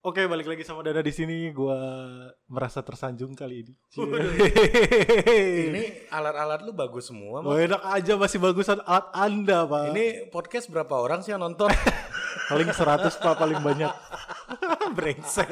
Oke, balik lagi sama Dana di sini. Gua merasa tersanjung kali ini. Ini alat-alat lu bagus semua. Oh, enak aja, masih bagusan alat Anda, Pak. Ini podcast berapa orang sih yang nonton? Paling 100, Pak, paling banyak. brengsek.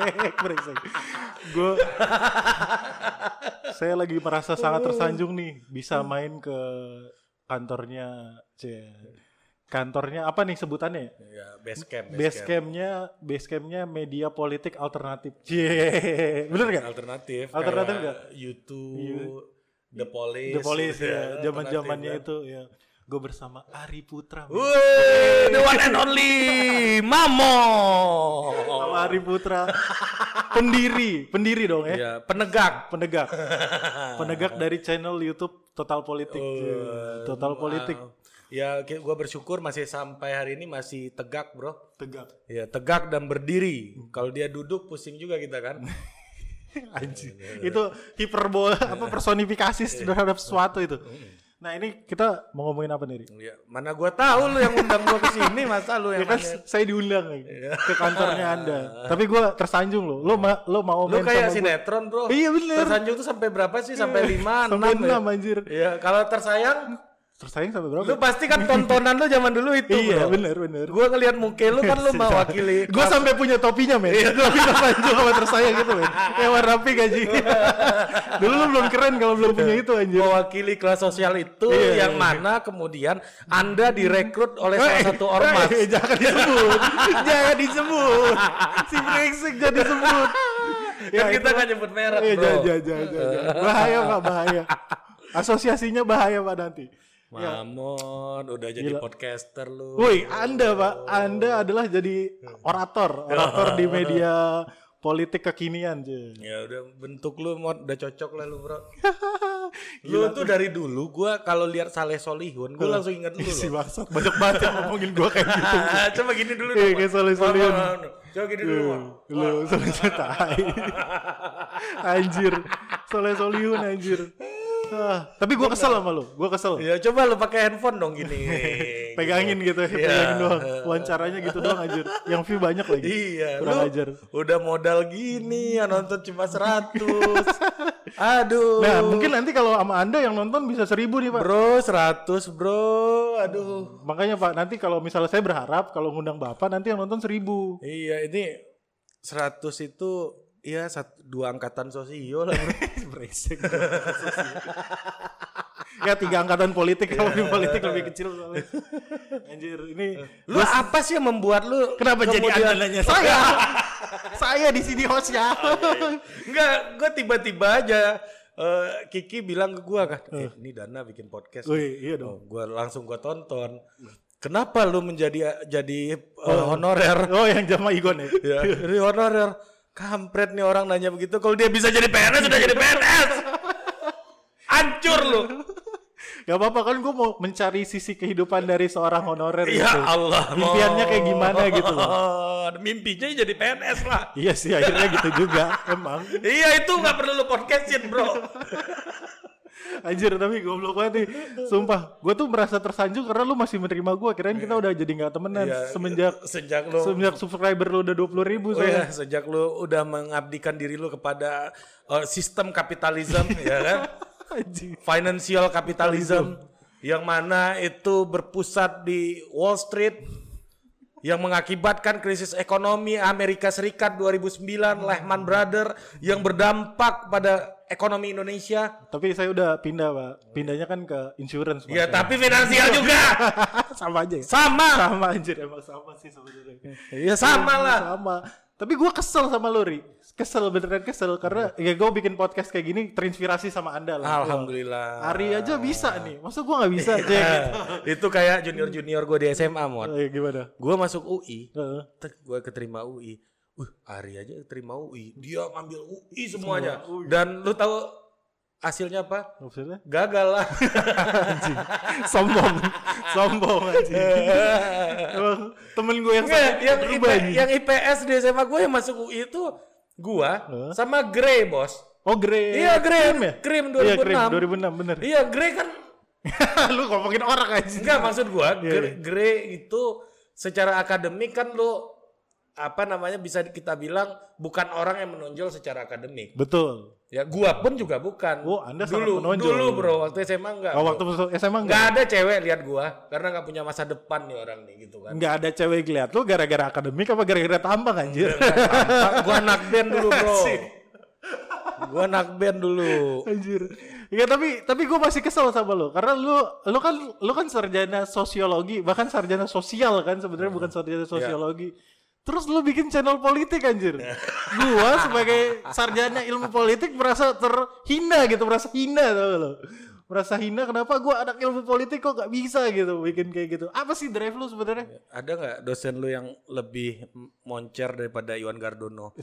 Saya lagi merasa sangat tersanjung nih bisa main ke kantornya Kantornya apa nih sebutannya? Ya, Basecampnya Media Politik Alternatif. Bener nggak? Alternatif nggak? YouTube, The Police. The Police ya, zaman-zamannya itu ya. Gue bersama Ari Putra. The one and only Mamo. Sama Ari Putra. Pendiri dong ya. Ya, penegak dari channel YouTube Total Politik. Total Politik. Ya, gue bersyukur masih sampai hari ini masih tegak, bro. Tegak. Ya, tegak dan berdiri. Kalau dia duduk pusing juga kita kan. Anjing. Itu hiperbola apa personifikasi terhadap sesuatu itu. Nah, ini kita mau ngomongin apa nih? Ya, mana gue tahu lu yang undang gue ke sini, masa lu yang ya kan saya diundang ke kantornya Anda. Tapi gue tersanjung loh. Lo mau lu kayak sinetron, bro. Iya bener. Tersanjung tuh sampai berapa sih? Sampai 5, 6 sampai 6 anjir. Ya, kalau tersayang sampai berapa? Lu pasti kan tontonan lu zaman dulu itu, iya, bro. Bener. Gua ngelihat muka lu kan lu mewakili. Gua sampai punya topinya, men. Iya. Topi tersanjung sama tersayang gitu, men. Kayak warna pink aja. Dulu lu belum keren kalau belum punya itu, anjir. Mewakili kelas sosial itu yang mana kemudian Anda direkrut oleh salah satu ormas. Jangan disebut. Si brengsek jangan disebut. Ya, kita kan nyebut merek, bro. Jangan. Bahaya, Pak, bahaya. Asosiasinya bahaya, Pak, nanti. Mamon, udah jadi podcaster lu. Woi, Anda, Pak, Anda adalah jadi orator di media politik kekinian, Ya udah bentuk lu udah cocok lah lu, bro. Lu tuh dari dulu gua kalau lihat Saleh Solihun, gua langsung ingat lu. Si bangsat, banyak banget yang ngomongin gua kayak gitu. Coba gini dulu dong. Kayak Saleh Solihun. Coba gini dulu. Lu Saleh Anjir. Saleh Solihun anjir. Tapi gue kesel sama lu, Ya coba lu pakai handphone dong gini. Pegangin gitu, pegangin doang. Wawancaranya gitu doang anjir. Yang view banyak lagi. Iya, kurang ajar. Udah modal gini, yang nonton cuma 100. Aduh. Nah, mungkin nanti kalau sama Anda yang nonton bisa 1000 nih, Pak. Bro, 100, bro. Aduh. Makanya, Pak, nanti kalau misalnya saya berharap kalau ngundang Bapak nanti yang nonton 1000. Iya, ini 100 itu iya 2 angkatan sosio lah, bro. Brengsek. Ya 3 angkatan politik, kalau di politik lebih kecil soalnya. Anjir, ini lu apa sih yang membuat lu kenapa jadi Anda nanya saya? Saya di sini hostnya. Enggak, gue tiba-tiba aja Kiki bilang ke gue kan, ini Dana bikin podcast. Iya dong. Gue langsung tonton. Kenapa lu jadi honorer? Oh, yang sama Igon ya? Ya, jadi honorer. Kampret nih orang nanya begitu. Kalau dia bisa jadi PNS, sudah jadi PNS. Hancur lu. Gak apa-apa kan, gue mau mencari sisi kehidupan dari seorang honorer. Ya gitu. Allah. Impiannya kayak gimana gitu loh. Mimpinya jadi PNS lah. Iya sih, akhirnya gitu juga. Emang. Iya, itu gak perlu lu podcastin, bro. Anjir, tapi goblok banget nih. Sumpah, gue tuh merasa tersanjung karena lu masih menerima gue. Kirain kita udah jadi gak temenan. Semenjak subscriber lu udah 20,000. Iya, sejak lu udah mengabdikan diri lu kepada sistem kapitalisme. Ya kan? Financial capitalism. Yang mana itu berpusat di Wall Street. Yang mengakibatkan krisis ekonomi Amerika Serikat 2009, Lehman Brothers, yang berdampak pada ekonomi Indonesia. Tapi saya udah pindah, Pak. Pindahnya kan ke insurance. Iya, tapi finansial juga. Sama aja ya? Sama anjir, emang sama sih sebenarnya. Iya, sama lah. Sama. Tapi gue kesel sama lu, Ri. Beneran kesel. Karena ya gue bikin podcast kayak gini terinspirasi sama Anda lah. Alhamdulillah. Ari aja bisa nih. Masa gue gak bisa? Gitu. Itu kayak junior gue di SMA, Mod. Gimana? Gue masuk UI. Gue keterima UI. Ari aja keterima UI. Dia ngambil UI semuanya. Dan lu tahu hasilnya apa? Hasilnya? Gagal lah. Anjing. Sombong anjing. Temen gue yang IPS di SMA gue yang masuk UI itu gua sama Grey, bos. Oh, Grey. Iya, Grey. Ya? Krim 2006. Iya, Krim 2006, bener. Iya, Grey kan. Lu ngomongin orang aja. Enggak, maksud gua Grey itu secara akademik kan lu bisa kita bilang bukan orang yang menonjol secara akademik. Betul. Ya, gua pun juga bukan. Oh, Anda sangat menonjol. Dulu bro, waktu SMA enggak. Oh, waktu SMA enggak? Enggak ada cewek lihat gua karena enggak punya masa depan nih orang nih gitu kan. Enggak ada cewek lihat lu gara-gara akademik apa gara-gara tampang anjir? Gua anak band dulu bro. Gua anak band dulu. Anjir. Ya tapi gue masih kesel sama lo karena lu kan sarjana sosiologi, bahkan sarjana sosial kan sebenarnya bukan sarjana sosiologi. Terus lu bikin channel politik anjir. Gua sebagai sarjana ilmu politik merasa terhina gitu, merasa hina tau lo. Merasa hina kenapa gua anak ilmu politik kok gak bisa gitu bikin kayak gitu. Apa sih drive lu sebenarnya? Ada nggak dosen lu yang lebih moncer daripada Iwan Gardono?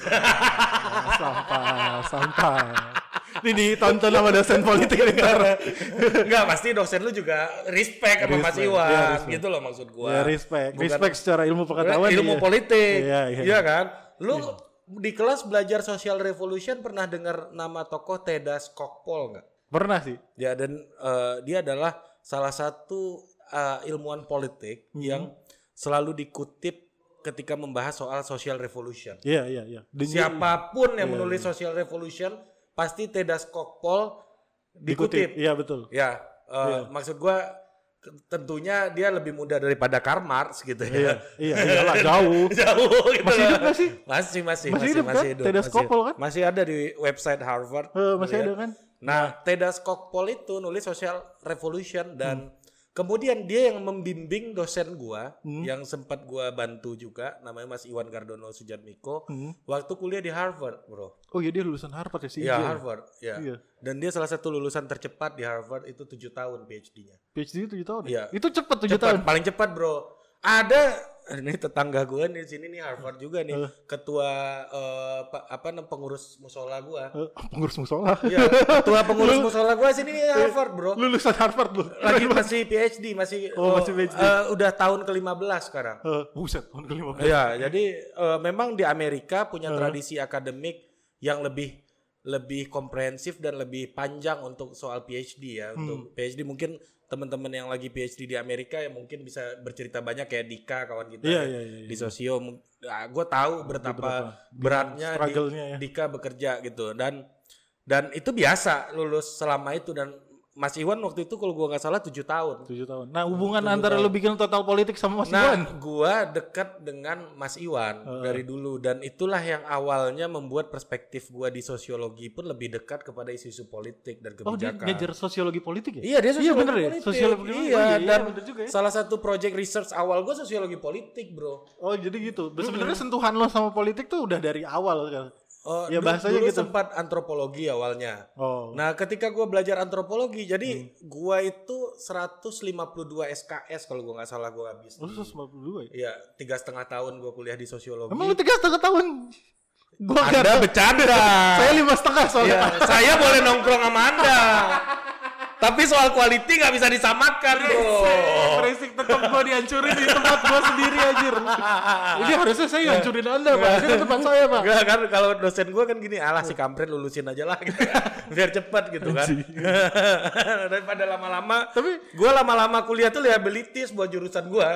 Sampah. Ini ditonton sama dosen politik negara. Enggak, pasti dosen lu juga respect sama Mas Iwan, gitu loh maksud gua. Ya, respect secara ilmu pengetahuan. Ilmu politik. Iya. Iya kan? Lu di kelas belajar social revolution pernah dengar nama tokoh Teda Skocpol enggak? Pernah sih. Ya, dan dia adalah salah satu ilmuwan politik yang selalu dikutip ketika membahas soal social revolution. Iya. Siapapun yang menulis social revolution pasti Teda Skocpol dikutip. Iya betul. Ya, maksud gua tentunya dia lebih muda daripada Karl Marx gitu ya. Iyalah jauh. Gitu. Masih hidup gak sih? Masih hidup kan? Teda Skocpol kan? Masih ada di website Harvard. Masih ada kan? Nah, Teda Skocpol itu nulis social revolution dan kemudian dia yang membimbing dosen gua yang sempat gua bantu juga, namanya Mas Iwan Gardono Sujatmiko, waktu kuliah di Harvard, bro. Oh iya, dia lulusan Harvard ya sih? Iya, Harvard. Ya. Iya. Dan dia salah satu lulusan tercepat di Harvard itu 7 tahun PhD-nya. PhD 7 tahun? Iya. Itu cepat 7 tahun? Paling cepat, bro. Ada ini tetangga gue nih di sini nih Harvard juga nih, ketua pengurus musola gue. Pengurus musola? Iya, ketua pengurus musola gue sini nih Harvard, bro. Lulusan Harvard lu? Lagi masih PhD, masih PhD. Udah tahun ke-15 sekarang. Buset, tahun ke-15. Iya, jadi memang di Amerika punya tradisi akademik yang lebih komprehensif dan lebih panjang untuk soal PhD ya. Untuk PhD mungkin teman-teman yang lagi PhD di Amerika yang mungkin bisa bercerita banyak kayak Dika kawan kita di sosio. Gue tahu betapa beratnya Dika bekerja gitu dan itu biasa lulus selama itu. Dan Mas Iwan waktu itu kalau gue nggak salah 7 tahun. 7 tahun. Nah hubungan antara lu bikin total politik sama Mas Iwan? Nah gue dekat dengan Mas Iwan dari dulu. Dan itulah yang awalnya membuat perspektif gue di sosiologi pun lebih dekat kepada isu-isu politik dan kebijakan. Oh dia ngajar sosiologi politik ya? Iya dia sosiologi politik. Ya? Sosiologi politik. Iya dan juga, ya? Salah satu project research awal gue sosiologi politik bro. Oh jadi gitu. Sebenarnya sentuhan lo sama politik tuh udah dari awal kan? Ya bahasanya dulu gitu. sempat antropologi awalnya. Nah ketika gue belajar antropologi, jadi gue itu 152 SKS kalau gue nggak salah gue habis. 152 ya? Iya, 3,5 tahun gue kuliah di sosiologi. Emang lu 3,5 tahun? Anda bercanda. Saya 5,5 soalnya. Ya, saya boleh nongkrong sama Anda. Tapi soal quality gak bisa disamakan bro. Berisik tetap gue dihancurin di tempat gue sendiri anjir. Ini harusnya saya hancurin Anda Pak. Ini tempat saya Pak. Enggak kan kalau dosen gue kan gini, alah si kampret lulusin aja lah gitu kan. Biar cepat gitu kan. Daripada lama-lama. Tapi gue lama-lama kuliah tuh liabilities buat jurusan gue.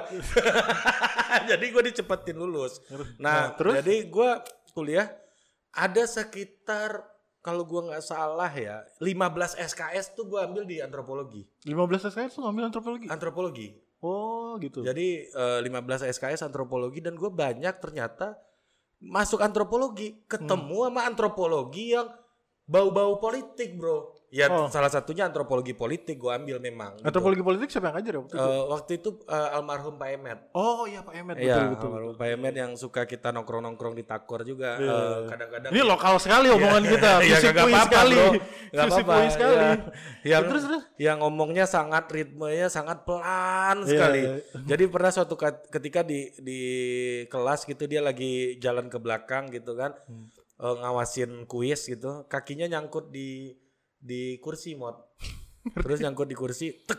Jadi gue dicepetin lulus. Nah terus? Jadi gue kuliah ada sekitar kalau gue nggak salah ya 15 SKS tuh gue ambil di antropologi. 15 SKS tuh ngambil antropologi? Antropologi. Oh gitu. Jadi 15 SKS antropologi dan gue banyak ternyata masuk antropologi ketemu sama antropologi yang bau-bau politik bro. Ya salah satunya antropologi politik gue ambil memang. Antropologi politik siapa yang ngajar ya waktu itu? Waktu itu almarhum Pak Emet. Oh iya Pak Emet. Betul. Almarhum Pak Emet yang suka kita nongkrong-nongkrong di Takor juga. Kadang-kadang. Ini lokal sekali omongan kita. Musik-pui sekali. Musik-pui sekali. Yang ngomongnya sangat ritmenya sangat pelan sekali. Jadi pernah suatu ketika di kelas gitu dia lagi jalan ke belakang gitu kan. Ngawasin kuis gitu. Kakinya nyangkut di kursi mod. Terus nyangkut di kursi, tek.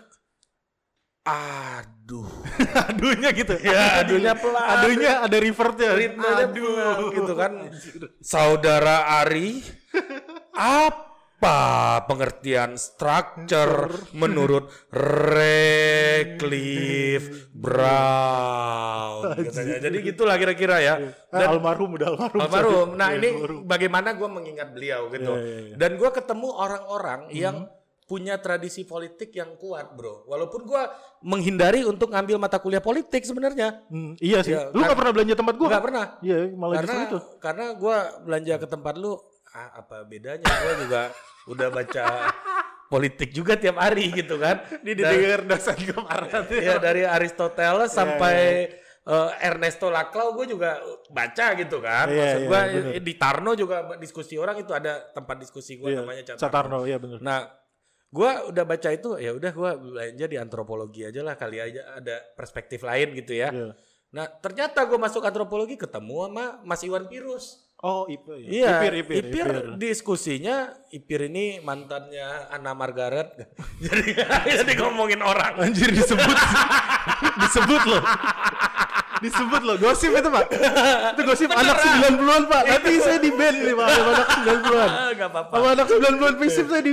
Aduh. Aduhnya gitu. Ya, aduhnya pelan. Aduhnya ada revertnya. Ritmenya pelan gitu kan. Saudara Ari, Apa pengertian structure menurut Radcliffe Brown? Katanya. Jadi gitulah kira-kira ya. Dan almarhum. Nah ini bagaimana gue mengingat beliau gitu. Dan gue ketemu orang-orang yang punya tradisi politik yang kuat, bro. Walaupun gue menghindari untuk ngambil mata kuliah politik sebenarnya. Iya sih. Lu nggak pernah belanja tempat gue? Nggak pernah. Iya, malah justru itu. Karena gue belanja ke tempat lu, apa bedanya? Gue juga udah baca politik juga tiap hari gitu kan. Didengar dosen kemarin. Ya dari Aristoteles sampai Ernesto Laclau gue juga baca gitu kan. Maksud gue di Tarno juga diskusi orang itu ada tempat diskusi gue namanya Catarno. Iya benar. Nah, gue udah baca itu, ya udah gue belanja di antropologi aja lah, kali aja ada perspektif lain gitu ya. Nah ternyata gue masuk antropologi ketemu sama Mas Iwan Pirus. Oh Ipir. Iya, Ipir diskusinya, Ipir ini mantannya Anna Margaret. jadi ngomongin orang. Anjir disebut loh. Gosip itu Pak. Itu gosip anak 90-an Pak. Nanti saya di band nih Pak. Anak 90-an. Gak apa-apa. Sama anak 90-an prinsip saya di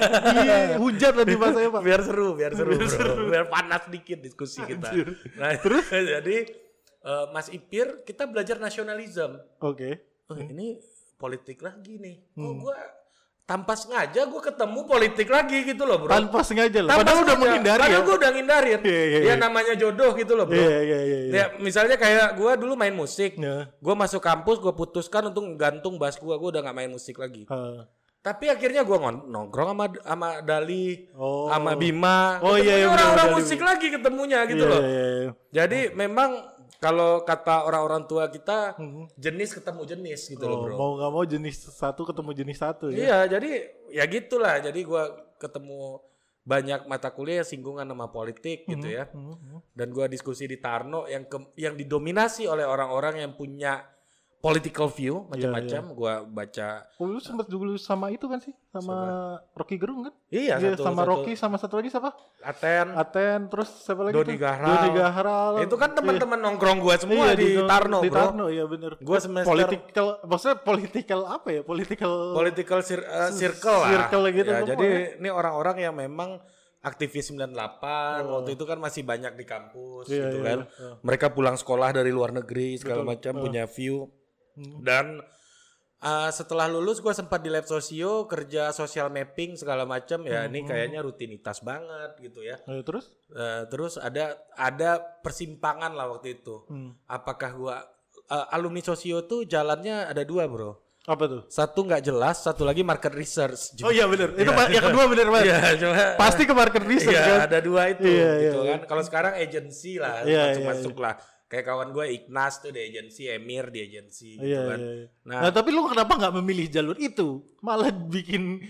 hujat nanti Pak saya Pak. Biar seru bro. Biar panas dikit diskusi kita. Nah, terus jadi Mas Ipir kita belajar nasionalisme. Oke. Ini politik lagi nih. Gue tanpa sengaja gue ketemu politik lagi gitu loh bro. Tanpa sengaja lah. Padahal udah menghindari ya. Padahal gue udah ngindarin. Ya namanya jodoh gitu loh bro. Iya. Ya misalnya kayak gue dulu main musik. Gue masuk kampus gue putuskan untuk gantung bass gue. Gue udah gak main musik lagi. Tapi akhirnya gue nongkrong sama Dali, sama Bima. Orang-orang musik lagi ketemunya gitu loh. Jadi memang kalau kata orang-orang tua kita, jenis ketemu jenis gitu loh bro. Mau gak mau jenis satu ketemu jenis satu ya. Iya, jadi ya gitulah. Jadi gue ketemu banyak mata kuliah yang singgungan sama politik gitu ya. Dan gue diskusi di Tarno yang didominasi oleh orang-orang yang punya political view macam-macam. Gue baca. Lu sempat dulu sama itu kan sih? Sama Rocky Gerung kan? Iya, sama Rocky sama satu lagi siapa? Aten, terus siapa lagi? Doni Gahral. Itu kan teman-teman nongkrong gue semua di Tarno, bro. Di Tarno, iya benar. Gue semester maksudnya political apa ya? Political circle lah. Circle gitu ya, semua. Jadi ini orang-orang yang memang aktivis 98 waktu itu kan masih banyak di kampus gitu kan. Mereka pulang sekolah dari luar negeri segala macam punya view. Dan setelah lulus gue sempat di lab sosio kerja social mapping segala macam ya. Ini kayaknya rutinitas banget gitu ya. Terus ada persimpangan lah waktu itu. Apakah gue alumni sosio tuh jalannya ada dua bro. Apa tuh? Satu nggak jelas, satu lagi market research. Oh iya benar. Itu yang kedua benar banget. Pasti ke market research kan. Ada dua itu gitu kan. Kalau sekarang agency lah, masuk lah. Kayak kawan gue Ignas tuh di agensi, Emir di agensi gitu kan. Nah tapi lu kenapa nggak memilih jalur itu? Malah bikin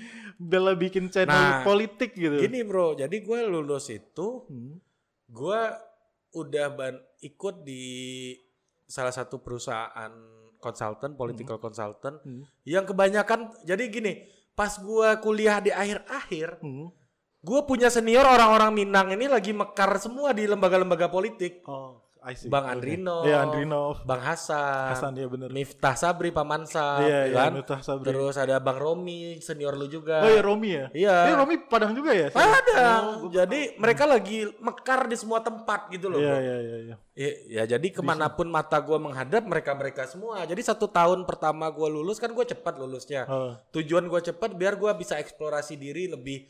channel politik gitu. Gini bro, jadi gue lulus itu, gue udah ikut di salah satu perusahaan konsultan, political consultant, yang kebanyakan, jadi gini, pas gue kuliah di akhir-akhir, gue punya senior orang-orang Minang ini lagi mekar semua di lembaga-lembaga politik. Bang Andrino, Bang Hasan, ya bener. Miftah Sabri Pamansa, kan? Miftah Sabri. Terus ada Bang Romi, senior lu juga. Oh iya Romi ya? Iya. Romi Padang juga ya? Padang. Jadi mereka lagi mekar di semua tempat gitu loh. Iya. Ya jadi kemanapun mata gue menghadap mereka semua. Jadi 1 tahun pertama gue lulus kan gue cepat lulusnya. Tujuan gue cepat biar gue bisa eksplorasi diri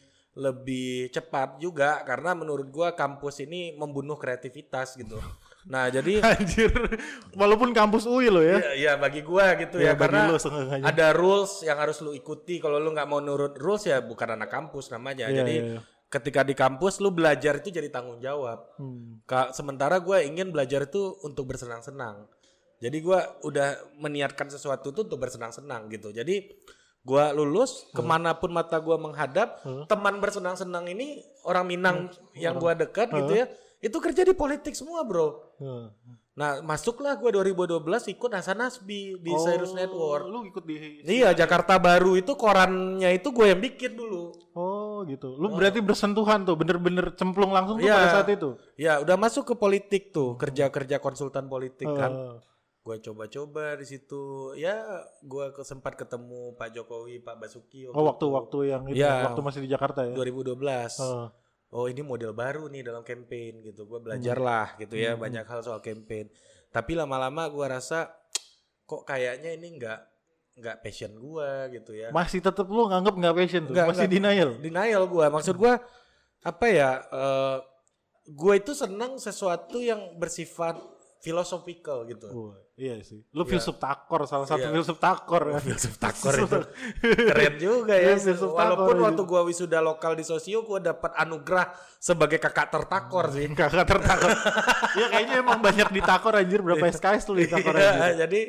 lebih cepat juga karena menurut gue kampus ini membunuh kreativitas gitu. Nah jadi anjir, walaupun kampus UI lo ya. Iya bagi gua gitu ya karena ada rules yang harus lu ikuti. Kalau lu nggak mau nurut rules ya bukan anak kampus namanya. Jadi ketika di kampus lu belajar itu jadi tanggung jawab. Sementara gua ingin belajar itu untuk bersenang-senang. Jadi gua udah meniatkan sesuatu itu untuk bersenang-senang gitu. Jadi gua lulus kemanapun mata gua menghadap, teman bersenang-senang ini orang Minang yang gua dekat gitu ya. Itu kerja di politik semua bro. Nah masuklah gue 2012 ikut Hasan Nasbi di Cyrus Network. Lu ikut di... Iya Jakarta Baru itu korannya itu gue yang bikin dulu. Oh gitu. Lu berarti bersentuhan tuh, bener-bener cemplung langsung tuh pada saat itu? Ya udah masuk ke politik tuh, kerja konsultan politik kan. Gue coba-coba di situ. Ya, gue sempat ketemu Pak Jokowi, Pak Basuki. Waktu yang itu, ya, waktu masih di Jakarta ya. 2012. Oh ini model baru nih dalam campaign gitu. Gue belajar lah gitu ya banyak hal soal campaign. Tapi lama-lama gue rasa kok kayaknya ini nggak passion gue gitu ya. Masih tetap lu nganggep nggak passion tuh? Masih denial? Denial gue. Maksud gue apa ya? Gue itu senang sesuatu yang bersifat philosophical gitu. Iya sih. Lu filsuf takor, salah satu filsuf takor. Filsuf takor itu keren juga ya. Walaupun waktu gue wisuda lokal di sosio, gue dapat anugerah sebagai kakak tertakor sih. Kakak tertakor. Ya kayaknya emang banyak ditakor anjir, berapa SKS tuh ditakor anjir. Jadi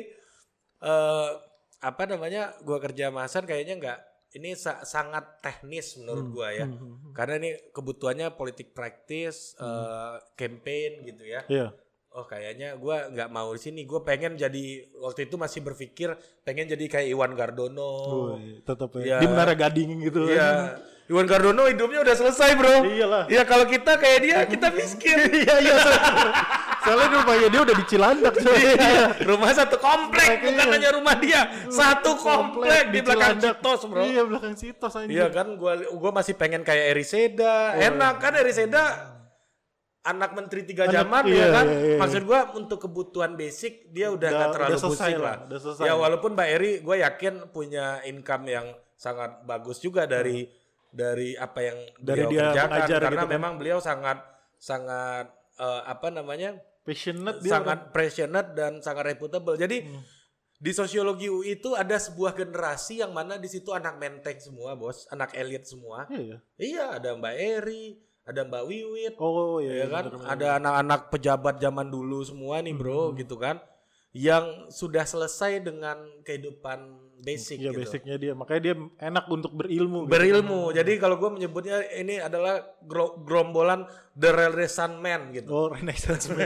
apa namanya? Gue kerja sama Hasan kayaknya nggak. Ini sangat teknis menurut gue ya. Karena ini kebutuhannya politik praktis, campaign gitu ya. Iya. Oh kayaknya gue nggak mau di sini. Gue pengen jadi waktu itu masih berpikir pengen jadi kayak Iwan Gardono. Tetap ya. Di Menara Gading gitu. Iya. Iwan Gardono hidupnya udah selesai bro. Iyalah. Ya kalau kita kayak dia kita miskin. Iya. Soalnya rumahnya dia udah di Cilandak. Rumah satu komplek bukan hanya rumah dia. Satu komplek di belakang Citos bro. Iya belakang Citos aja. Iya kan gue masih pengen kayak Eriseda. Enak kan Eriseda. Anak menteri 3 zaman ya kan. Maksud gue untuk kebutuhan basic dia udah gak terlalu pusing lah. Ya walaupun Mbak Eri gue yakin punya income yang sangat bagus juga dari apa yang beliau kerjakan karena gitu memang beliau sangat apa namanya passionate, sangat passionate dan sangat reputable. Jadi di sosiologi UI itu ada sebuah generasi yang mana di situ anak menteng semua bos, anak elit semua. Iya ada Mbak Eri, ada Mbak Wiwit, ya kan, ada anak-anak pejabat zaman dulu semua nih bro, gitu kan, yang sudah selesai dengan kehidupan basic. Ya gitu. basicnya dia, makanya dia enak untuk berilmu. Berilmu, gitu. Jadi kalau gue menyebutnya ini adalah gerombolan The Renaissance Man gitu. Oh Renaissance Man.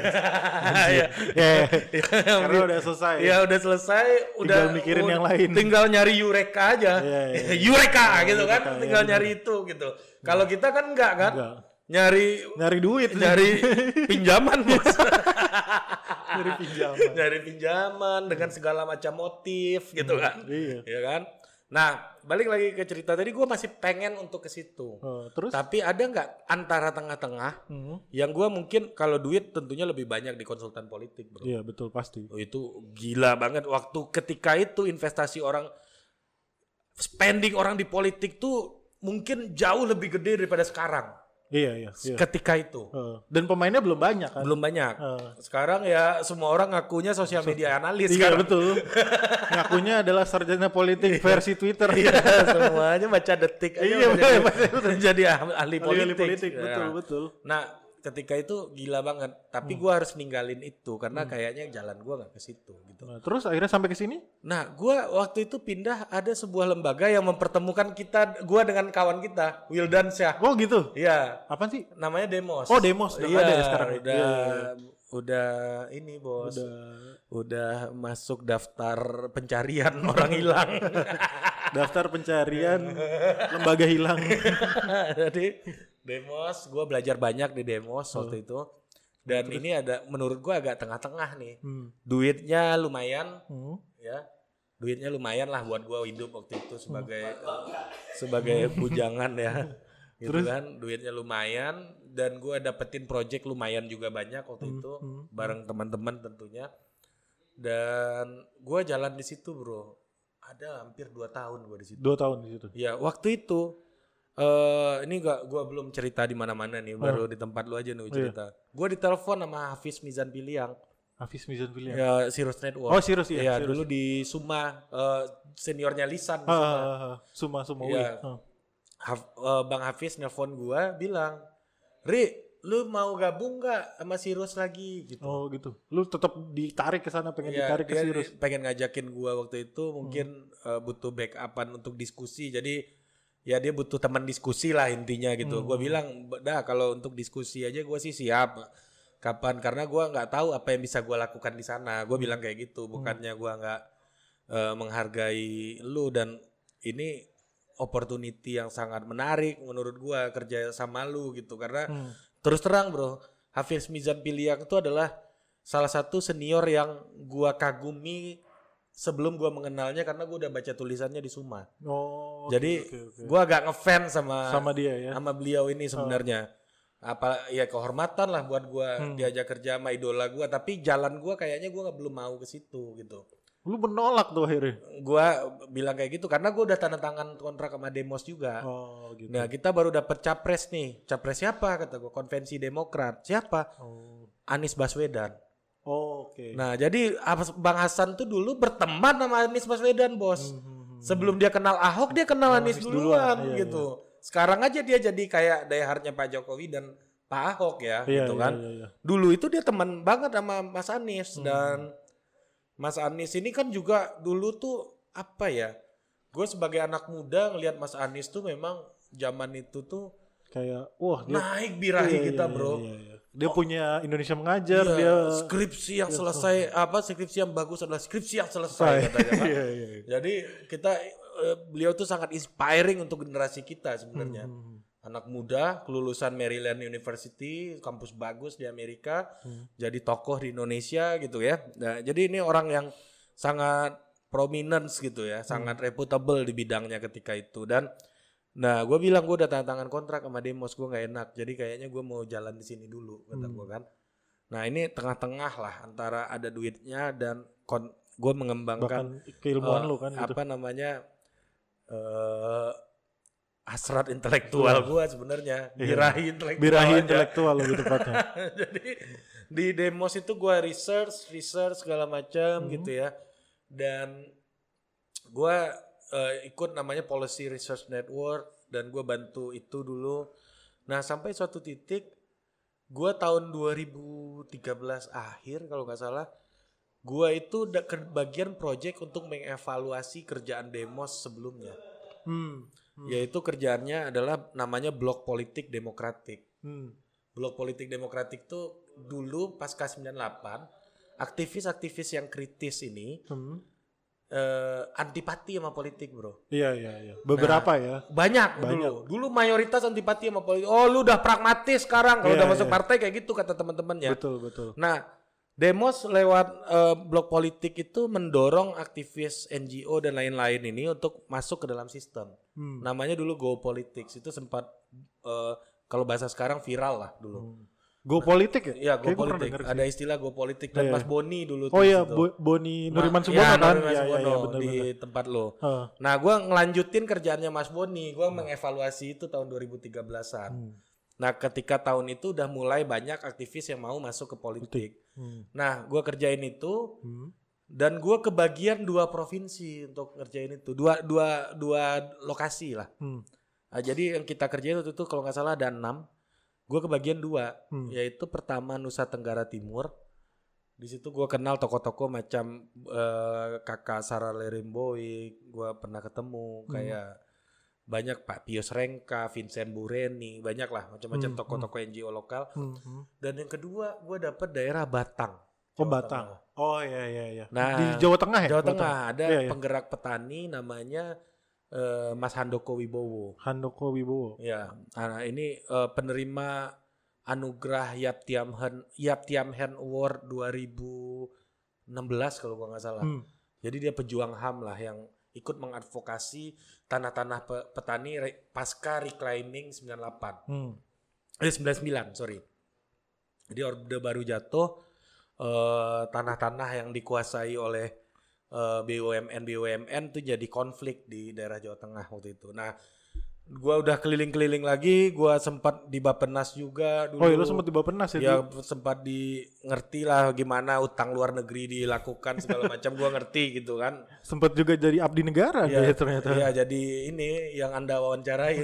Karena udah selesai. Ya udah selesai, tinggal mikirin yang lain. Tinggal nyari Eureka aja. Eureka gitu kan, tinggal nyari itu gitu. Kalau kita kan enggak kan? Nyari duit, nyari pinjaman bos. nyari pinjaman dengan segala macam motif gitu kan. Iya kan? Nah, balik lagi ke cerita tadi, gue masih pengen untuk ke situ. Terus? Tapi ada nggak antara tengah-tengah yang gue mungkin kalau duit tentunya lebih banyak di konsultan politik, bro. Iya betul pasti. Itu gila banget waktu ketika itu investasi orang, spending orang di politik tuh mungkin jauh lebih gede daripada sekarang. Iya. Ketika itu. Dan pemainnya belum banyak kan? Belum banyak. Sekarang ya semua orang ngakunya sosial media analis. Iya betul. Ngakunya adalah sarjana politik versi Twitter. Iya, semuanya baca detik aja. Jadi ahli politik. Betul. Nah ketika itu gila banget. Tapi gue harus ninggalin itu karena kayaknya jalan gue nggak ke situ. Gitu. Nah, terus akhirnya sampai ke sini? Nah gue waktu itu pindah, ada sebuah lembaga yang mempertemukan gue dengan kawan kita Wildan Syah. Oh gitu? Iya. Apaan sih? Namanya Demos. Oh Demos. Udah ada ya sekarang. Udah ini bos. Udah masuk daftar pencarian orang hilang. Daftar pencarian lembaga hilang. Jadi Demos, gue belajar banyak di Demos waktu itu. Dan ini ada menurut gue agak tengah-tengah nih. Duitnya lumayan, ya. Duitnya lumayan lah buat gue hidup waktu itu sebagai bujangan ya. Gitu terus? Kan, duitnya lumayan dan gue dapetin project lumayan juga banyak waktu itu bareng teman-teman tentunya. Dan gue jalan di situ bro. Ada hampir 2 tahun gue di situ. 2 tahun di situ. Ya waktu itu. Ini gue belum cerita di mana-mana nih, baru di tempat lu aja nih cerita. Gue ditelepon sama Hafiz Mizan Piliang. Ya Sirus Network. Oh Sirus ya. Dulu di Suma, seniornya Lisan. Suma. Ya. Bang Hafiz nelpon gue bilang, Ri, lu mau gabung nggak sama Sirus lagi? Gitu. Oh gitu. Lu tetap ditarik ke sana, pengen ditarik ke Sirus. Pengen ngajakin gue waktu itu, mungkin butuh backupan untuk diskusi. Jadi ya dia butuh teman diskusi lah intinya gitu. Gue bilang, dah kalau untuk diskusi aja gue sih siap. Kapan? Karena gue nggak tahu apa yang bisa gue lakukan di sana. Gue bilang kayak gitu. Bukannya gue nggak menghargai lu, dan ini opportunity yang sangat menarik menurut gue kerja sama lu gitu. Karena terus terang bro, Hafiz Mizan Piliang itu adalah salah satu senior yang gue kagumi sebelum gue mengenalnya karena gue udah baca tulisannya di Suma. Oh. Jadi okay. gue agak ngefans sama dia ya. Sama beliau ini sebenarnya. Apa ya kehormatan lah buat gue diajak kerja sama idola gue. Tapi jalan gue kayaknya gue belum mau ke situ gitu. Lu menolak tuh akhirnya? Gue bilang kayak gitu karena gue udah tanda tangan kontrak sama Demos juga. Oh gitu. Nah kita baru dapet capres nih. Capres siapa kata gue? Konvensi Demokrat. Siapa? Anies Baswedan. Oh, oke. Nah jadi Bang Hasan tuh dulu berteman sama Anies Baswedan bos. Sebelum dia kenal Ahok dia kenal Anies duluan gitu. Iya. Sekarang aja dia jadi kayak dayharnya Pak Jokowi dan Pak Ahok ya gitu kan. Iya. Dulu itu dia teman banget sama Mas Anies dan Mas Anies ini kan juga dulu tuh apa ya. Gue sebagai anak muda ngelihat Mas Anies tuh memang zaman itu tuh kayak wah dia naik birahi kita bro. Iya. Dia punya Indonesia Mengajar, dia skripsi yang selesai skripsi yang bagus adalah skripsi yang selesai katanya kan. Jadi kita beliau tuh sangat inspiring untuk generasi kita sebenarnya. Anak muda kelulusan Maryland University, kampus bagus di Amerika, jadi tokoh di Indonesia gitu ya. Nah, jadi ini orang yang sangat prominence gitu ya, sangat reputable di bidangnya ketika itu dan nah, gue bilang gue udah tanda tangan kontrak sama Demos, gue nggak enak. Jadi kayaknya gue mau jalan di sini dulu, kata gue kan. Nah ini tengah-tengah lah antara ada duitnya dan gue mengembangkan keilmuan lu kan. Apa gitu. Namanya hasrat intelektual gue sebenarnya, birahi intelektual lebih tepatnya. Jadi di Demos itu gue research segala macam gitu ya, dan gue ikut namanya Policy Research Network dan gue bantu itu dulu. Nah sampai suatu titik gue tahun 2013 akhir kalau nggak salah, gue itu udah kebagian project untuk mengevaluasi kerjaan Demos sebelumnya. Yaitu kerjaannya adalah namanya Blok Politik Demokratik. Blok Politik Demokratik tuh dulu pasca 98 aktivis-aktivis yang kritis ini antipati sama politik bro. Iya. Beberapa ya. Banyak. Dulu mayoritas antipati sama politik. Oh lu udah pragmatis sekarang kalau udah masuk partai kayak gitu kata teman-temannya. Betul. Nah Demos lewat blok politik itu mendorong aktivis NGO dan lain-lain ini untuk masuk ke dalam sistem. Namanya dulu Go Politics. Itu sempat kalau bahasa sekarang viral lah dulu. Go Politik ya? Iya, Go Politik. Ada istilah Go Politik dan Mas Boni dulu. Oh iya, Boni Nuriman Subono kan? Iya, di tempat lo. Nah, gue ngelanjutin kerjaannya Mas Boni. Gue mengevaluasi itu tahun 2013-an. Nah, ketika tahun itu udah mulai banyak aktivis yang mau masuk ke politik. Nah, gue kerjain itu dan gue kebagian 2 provinsi untuk ngerjain itu. Dua lokasi lah. Nah, jadi yang kita kerjain itu kalau nggak salah ada 6. Gue kebagian 2, yaitu pertama Nusa Tenggara Timur. Di situ gue kenal tokoh-tokoh macam Kakak Sarah Leremboy, gue pernah ketemu kayak banyak Pak Pius Rengka, Vincent Bureni, banyak lah macam-macam tokoh-tokoh NGO lokal. Dan yang kedua gue dapet daerah Batang. Batang. Oh iya. Nah, di Jawa Tengah ya? Jawa Tengah ada penggerak petani namanya Mas Handoko Wibowo. Ya, nah ini penerima anugerah Yap Tiam Hen Award 2016 kalau gua nggak salah. Jadi dia pejuang HAM lah yang ikut mengadvokasi tanah-tanah petani pasca reclaiming 98. 99, sorry. Jadi Orde Baru jatuh, tanah-tanah yang dikuasai oleh BUMN tuh jadi konflik di daerah Jawa Tengah waktu itu. Nah, gua udah keliling-keliling lagi, gua sempat di Bappenas juga dulu. Oh, iya, lu sempat di Bappenas ya? Ya, sempat ngerti lah gimana utang luar negeri dilakukan segala macam, gua ngerti gitu kan. Sempat juga jadi abdi negara ya, ternyata. Iya, jadi ini yang Anda wawancarain.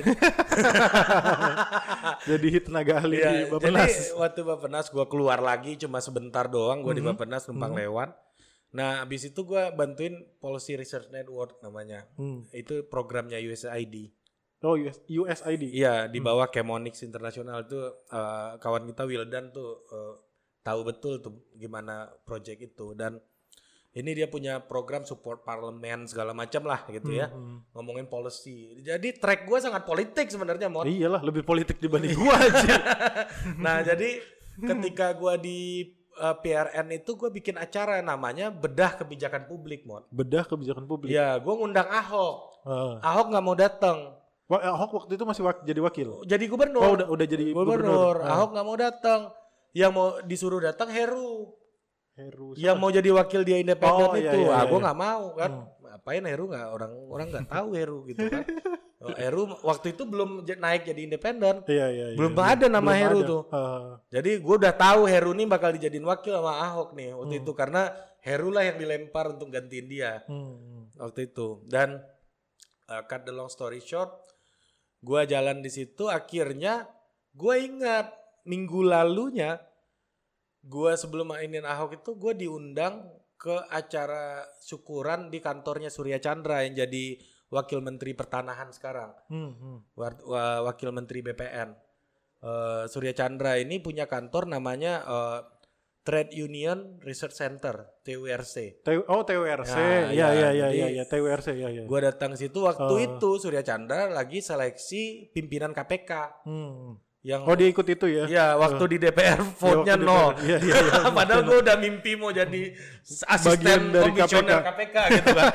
Jadi tenaga ahli di Bappenas. Jadi waktu Bappenas gua keluar lagi cuma sebentar doang, gua di Bappenas numpang lewat. Nah, abis itu gue bantuin Policy Research Network namanya. Itu programnya USAID. Oh, USAID? Iya, di bawah Chemonix International itu kawan kita Wildan tuh tahu betul tuh gimana project itu. Dan ini dia punya program support parlemen segala macam lah gitu ya. Ngomongin policy. Jadi track gue sangat politik sebenarnya, Mon. Iyalah, lebih politik dibanding gue aja. Nah, jadi ketika gue di PRN itu gue bikin acara namanya Bedah Kebijakan Publik, Mon. Bedah kebijakan publik. Ya, gue ngundang Ahok. Ahok nggak mau datang. Ahok waktu itu masih jadi wakil. Jadi gubernur. Oh, udah jadi gubernur. Ahok nggak mau datang. Yang mau disuruh datang Heru. Heru. Yang mau jadi wakil dia independen itu. Gue nggak mau kan. Ngapain Heru nggak? Orang nggak tahu Heru gitu kan. Heru waktu itu belum naik jadi independen. Iya. Belum ada nama Heru tuh. Jadi gue udah tahu Heru nih bakal dijadiin wakil sama Ahok nih waktu itu karena Heru lah yang dilempar untuk gantiin dia waktu itu. Dan cut the long story short, gue jalan di situ akhirnya gue ingat minggu lalunya gue sebelum mainin Ahok itu gue diundang ke acara syukuran di kantornya Surya Chandra yang jadi Wakil Menteri Pertanahan sekarang, Wakil Menteri BPN. Surya Chandra ini punya kantor namanya Trade Union Research Center, TURC. TURC. Iya, TURC ya. Gue datang situ waktu itu Surya Chandra lagi seleksi pimpinan KPK. Yang dia ikut itu ya? Iya, waktu di DPR vote-nya nol. Iya. Padahal gue udah mimpi mau jadi asisten komisioner KPK gitu kan.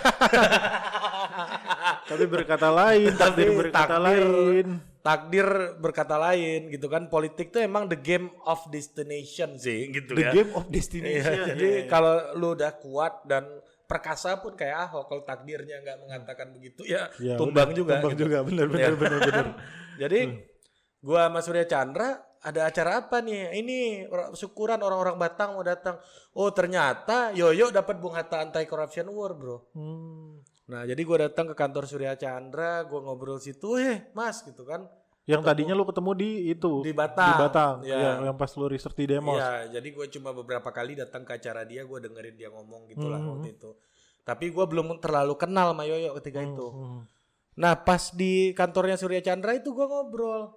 Tapi berkata lain, takdir berkata lain. Takdir berkata lain gitu kan. Politik tuh emang the game of destination sih gitu the ya. The game of destination. Jadi kalau lu udah kuat dan perkasa pun kayak Ahok, kalau takdirnya nggak mengatakan begitu ya tumbang juga. Tumbang juga, benar. Jadi gua sama Surya Chandra ada acara apa nih? Ini syukuran orang-orang Batang mau datang. Oh ternyata Yoyo dapat Bung Hatta Anti Corruption Award, bro. Nah jadi gue datang ke kantor Surya Chandra, gue ngobrol situ, Mas gitu kan. Yang tadinya lu ketemu di Batang. Ya. Yang pas lu research di Demos. Iya, jadi gue cuma beberapa kali datang ke acara dia, gue dengerin dia ngomong gitulah waktu itu. Tapi gue belum terlalu kenal sama Yoyo ketika itu. Nah pas di kantornya Surya Chandra itu gue ngobrol,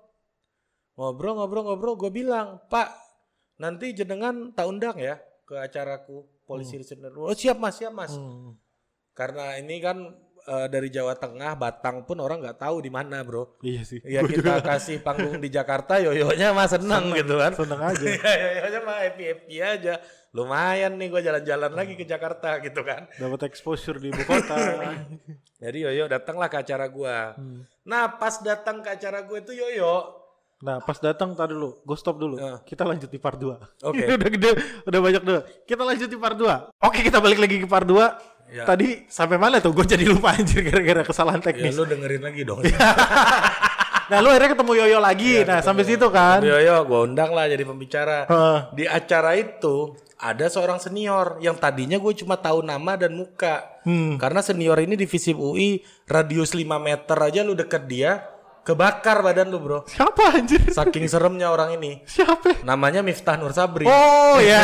gue bilang, Pak, nanti jenengan tak undang ya ke acaraku Polisi Riset. Oh siap mas. Karena ini kan dari Jawa Tengah, Batang pun orang nggak tahu di mana, bro. Iya sih. Ya kita kasih panggung di Jakarta, Yoyonya mah seneng gitu kan. Seneng aja. Yoyonya mah happy aja. Lumayan nih gue jalan-jalan lagi ke Jakarta gitu kan. Dapat exposure di ibu kota. Jadi Yoyo datanglah ke acara gue. Nah pas datang ke acara gue itu Yoyo. Nah pas datang tadi dulu, gue stop dulu. Kita lanjut di part 2. Oke. Udah gede, udah banyak dulu. Kita lanjut di part 2. Oke, kita balik lagi ke part 2. Ya. Tadi sampai mana tuh? Gue jadi lupa anjir gara-gara kesalahan teknis. Ya lu dengerin lagi dong. Nah lu akhirnya ketemu Yoyo lagi. Nah sampai situ kan. Yoyo gue undang lah jadi pembicara. Di acara itu ada seorang senior yang tadinya gue cuma tahu nama dan muka. Karena senior ini di FISIP UI, radius 5 meter aja lu deket dia, kebakar badan lu, bro. Siapa anjir? Saking seremnya orang ini. Siapa? Namanya Miftah Nur Sabri. Oh ya.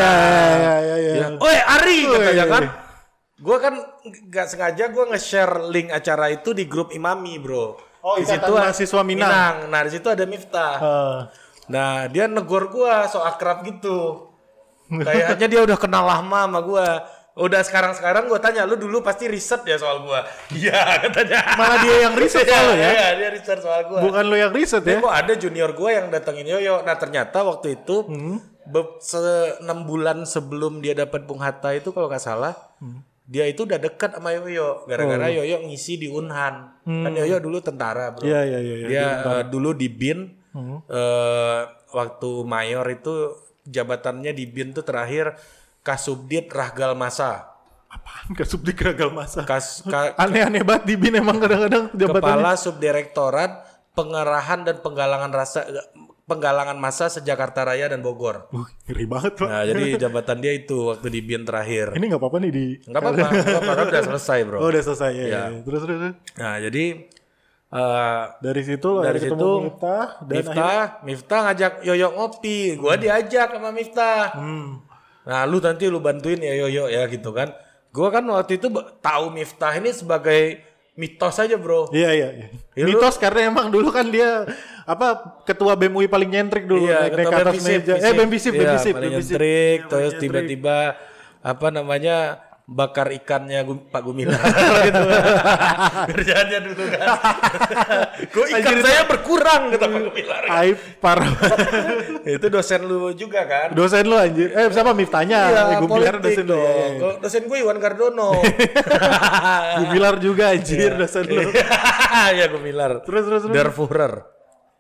Oi Ari katanya kan. Gue kan gak sengaja gue nge-share link acara itu di grup Imami, bro. Oh, di situ mahasiswa Minang. Nah, di situ ada Miftah. Nah, dia negor gue so akrab gitu. Kayaknya dia udah kenal lama sama gue. Udah sekarang gue tanya, lu dulu pasti riset ya soal gue. Iya katanya. Malah dia yang riset soal ya? Iya, dia riset soal gue. Bukan lu yang riset ya? Kok ada junior gue yang datengin Yoyo. Nah ternyata waktu itu 6 bulan sebelum dia dapat Bung Hatta itu kalau gak salah, dia itu udah dekat sama Yoyo. Gara-gara Yoyo ngisi di Unhan. Kan Yoyo dulu tentara, bro. Iya. Dia dulu di BIN. Waktu mayor itu jabatannya di BIN tuh terakhir Kasubdit Rahgal Masa. Apaan Kasubdit Rahgal Masa? Aneh-aneh banget di BIN emang kadang-kadang jabatannya. Kepala Subdirektorat Pengerahan dan Penggalangan Massa se-Jakarta Raya dan Bogor. Ngeri banget, Pak. Nah, jadi jabatan dia itu waktu di BIN terakhir. Ini enggak apa-apa nih di... Enggak apa-apa, kan udah selesai, bro. Oh, udah selesai ya. Terus. Nah, jadi dari situ ketemu Miftah ngajak Yoyo ngopi. Gua diajak sama Miftah. Nah, lu bantuin ya Yoyo ya gitu kan. Gua kan waktu itu tahu Miftah ini sebagai mitos aja, bro. Iya. Mitos karena emang dulu kan dia ketua BEM UI paling nyentrik dulu. Iya, naik ke atas meja. BEM-Visip. Paling nyentrik, terus tiba-tiba bakar ikannya Pak Gumilar gitu. Kerjaannya dulu kan. Kok ikan saya berkurang kata Pak Gumilar. Aib parah. Itu dosen lu juga kan? Dosen lu anjir. Siapa Miftahnya? Iya, Gumilar dosen lu. dong. Dosen gue Iwan Cardono. Gumilar juga anjir dosen lu. Ya Gumilar. Terus. Der Führer.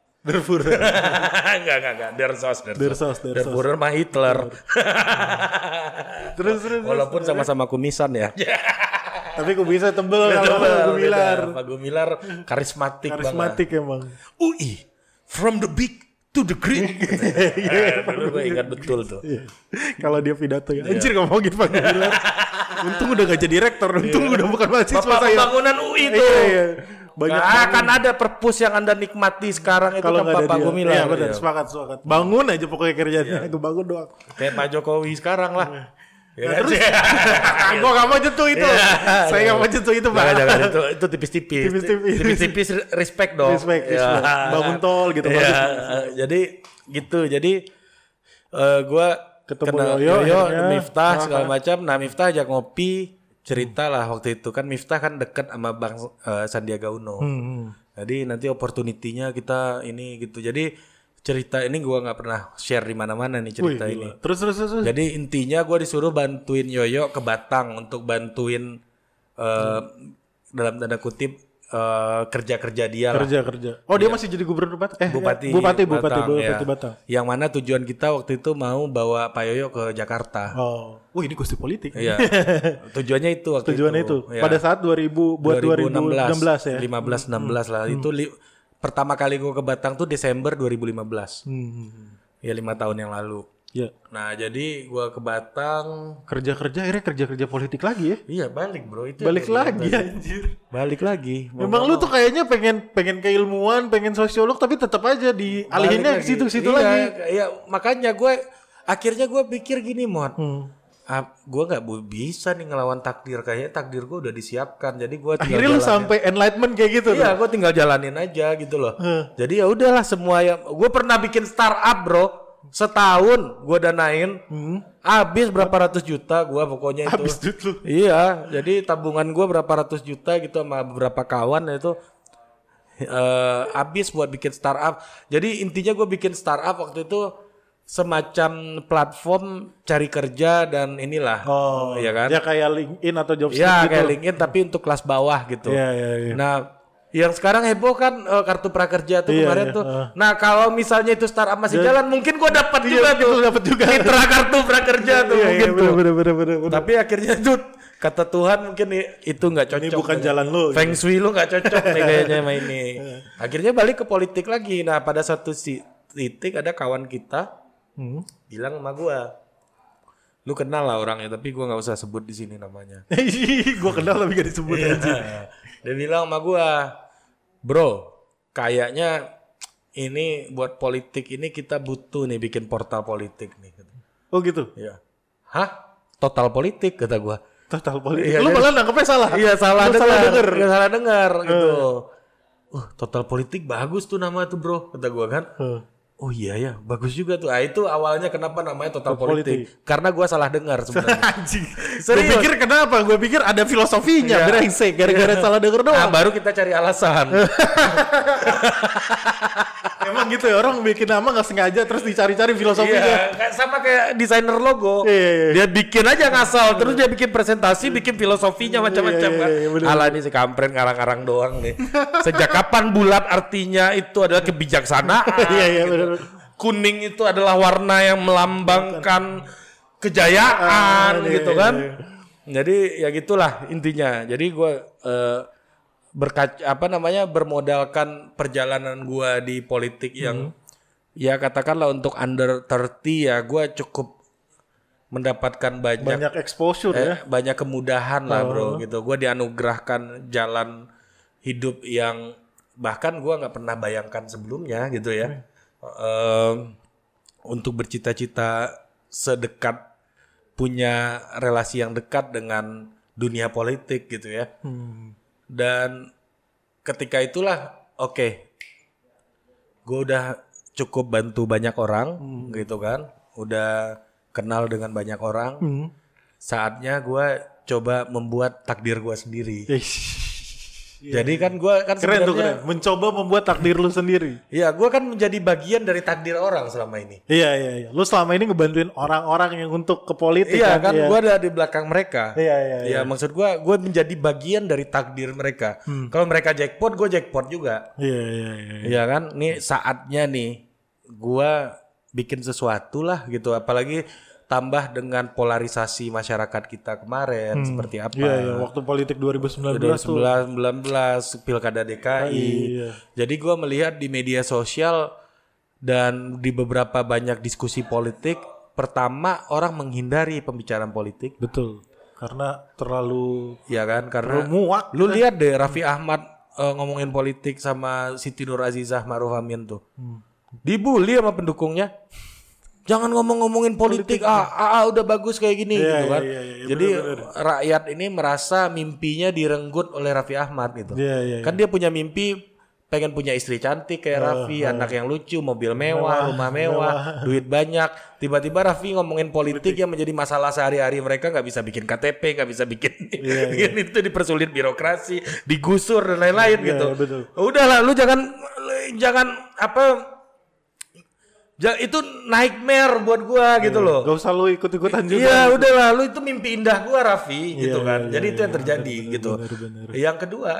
Enggak. Der Sos. Der Führer mah Hitler. Terus. Walaupun sama-sama kumisan ya. Tapi kok bisa tebel kalau Gumilar. Pak Gumilar karismatik emang. UI from the big to the great. Dulu gue ingat betul tuh. Kalau dia pidato ya. Anjir ngomongin Pak Gumilar. Untung udah gak jadi rektor, untung udah bukan mahasiswa Bapak saya. Pembangunan UI tuh. Iya. Banyak akan ada perpus yang Anda nikmati sekarang itu kan Pak Gumilar. Iya benar, sepakat. Bangun aja pokoknya kerjanya, bangun doang. Kayak Pak Jokowi sekarang lah. Terus gue gak mau jentuh itu. Saya gak mau jentuh itu, Pak. Jangan itu tipis-tipis. Tipis-tipis respect dong. Respect. Bangun tol gitu. Jadi gitu. Jadi gue ketemu Yoyo, Miftah segala macam. Nah Miftah ajak ngopi. Cerita lah waktu itu kan Miftah kan deket sama Bang Sandiaga Uno. Jadi nanti opportunity-nya kita ini gitu. Jadi cerita ini gue nggak pernah share di mana-mana nih cerita ini. Terus. Jadi intinya gue disuruh bantuin Yoyo ke Batang untuk bantuin dalam tanda kutip kerja-kerja dia lah. Kerja. Oh dia masih jadi gubernur Batang? Bupati Batang. Yang mana tujuan kita waktu itu mau bawa Pak Yoyo ke Jakarta. Oh, ini gosip politik. Iya. Tujuannya itu waktu itu. Ya. Pada saat 2016 ya. 15-16 lah. Itu pertama kali gue ke Batang tuh Desember 2015. Ya 5 tahun yang lalu. Ya. Nah jadi gue ke Batang akhirnya kerja politik lagi ya? Iya balik bro itu. Balik lagi anjir. Balik lagi. Memang lu tuh kayaknya pengen keilmuan, pengen sosiolog tapi tetap aja dialihinnya ke situ-situ lagi. Iya makanya gue akhirnya gue pikir gini Mod. Gue nggak bisa nih ngelawan takdir, kayaknya takdir gue udah disiapkan jadi gue akhirnya lu sampai enlightenment kayak gitu. Iya gue tinggal jalanin aja gitu loh. Jadi ya udahlah semua yang gue pernah bikin startup bro. Setahun gue danain habis berapa ratus juta gue pokoknya itu. Habis duit lu. Iya, jadi tabungan gue berapa ratus juta gitu sama beberapa kawan itu habis buat bikin startup. Jadi intinya gue bikin startup waktu itu semacam platform cari kerja dan inilah. Oh, iya kan? Ya kayak LinkedIn atau Jobstreet ya, gitu. kayak LinkedIn tapi untuk kelas bawah gitu. Iya. Nah, yang sekarang heboh kan kartu prakerja tuh kemarin tuh. Nah kalau misalnya itu startup masih jalan, mungkin gue dapat juga tuh. Dapat juga. Mitra kartu prakerja tuh mungkin tuh. Bener. Tapi akhirnya tuh kata Tuhan mungkin itu nggak cocok. Ini bukan jalan lu. Feng Shui lu nggak cocok nih kayaknya sama ini. Akhirnya balik ke politik lagi. Nah pada satu titik ada kawan kita bilang sama gue, lu kenal lah orangnya tapi gue nggak usah sebut di sini namanya. Gue kenal tapi gak disebut aja. Dia bilang sama gue, bro, kayaknya ini buat politik ini kita butuh nih bikin portal politik nih. Oh gitu? Iya. Hah? Total politik kata gue. Total politik? Iya, lu malah nangkepnya salah? Iya salah dengar gitu. Total politik bagus tuh nama tuh bro, kata gue kan. Oh iya ya, bagus juga tuh. Itu awalnya kenapa namanya total politik? Karena gue salah dengar sebenarnya. Anjing. Gue pikir kenapa? Gue pikir ada filosofinya, brengsek. Gara-gara salah dengar doang. Nah, baru kita cari alasan. Emang gitu ya, orang bikin nama gak sengaja terus dicari-cari filosofinya. Iya, sama kayak desainer logo. Dia bikin aja ngasal, terus dia bikin presentasi, bikin filosofinya macam-macam kan. Alah ini si kampren ngarang-ngarang doang nih. Sejak kapan bulat artinya itu adalah kebijaksanaan? Iya benar. Kuning itu adalah warna yang melambangkan kejayaan gitu kan. Jadi ya gitulah intinya. Jadi gue bermodalkan perjalanan gue di politik yang ya katakanlah untuk under 30 ya gue cukup mendapatkan banyak exposure ya, banyak kemudahan lah bro gitu. Gue dianugerahkan jalan hidup yang bahkan gue nggak pernah bayangkan sebelumnya gitu ya. Untuk bercita-cita sedekat punya relasi yang dekat dengan dunia politik gitu ya. Dan ketika itulah gue udah cukup bantu banyak orang gitu kan, udah kenal dengan banyak orang. Saatnya gue coba membuat takdir gue sendiri. Iya. Jadi kan gue kan Keren tuh, sebenarnya keren. Mencoba membuat takdir lu sendiri. Iya, gue kan menjadi bagian dari takdir orang selama ini. Iya. Lu selama ini ngebantuin orang-orang yang untuk ke politik Iya kan, Iya. gue ada di belakang mereka. Iya. Iya, maksud gue menjadi bagian dari takdir mereka. Kalau mereka jackpot, gue jackpot juga. Iya. Iya kan, nih saatnya nih gue bikin sesuatu lah gitu. Apalagi tambah dengan polarisasi masyarakat kita kemarin seperti apa. Iya, waktu politik 2019 tuh. 2019 Pilkada DKI. Iya. Jadi gue melihat di media sosial dan di beberapa banyak diskusi politik, pertama orang menghindari pembicaraan politik. Betul. Karena terlalu Ya kan, karena muak. lu lihat deh Raffi Ahmad ngomongin politik sama Siti Nur Azizah Ma'ruf Amin tuh. Dibully sama pendukungnya. Jangan ngomongin politik. Udah bagus kayak gini gitu kan. Iya, Jadi rakyat ini merasa mimpinya direnggut oleh Raffi Ahmad gitu. Iya. Kan dia punya mimpi pengen punya istri cantik kayak Raffi, anak yang lucu, mobil mewah, rumah mewah, duit banyak. Tiba-tiba Raffi ngomongin politik yang menjadi masalah sehari-hari mereka, nggak bisa bikin KTP, nggak bisa bikin itu dipersulit birokrasi, digusur dan lain-lain gitu. Betul. Udahlah, lu jangan apa. Itu nightmare buat gua gitu loh. Gak usah lu ikut-ikutan juga. Iya, udahlah, lu itu mimpi indah gua Raffi gitu kan. Jadi itu yang terjadi gitu. Bener. Yang kedua,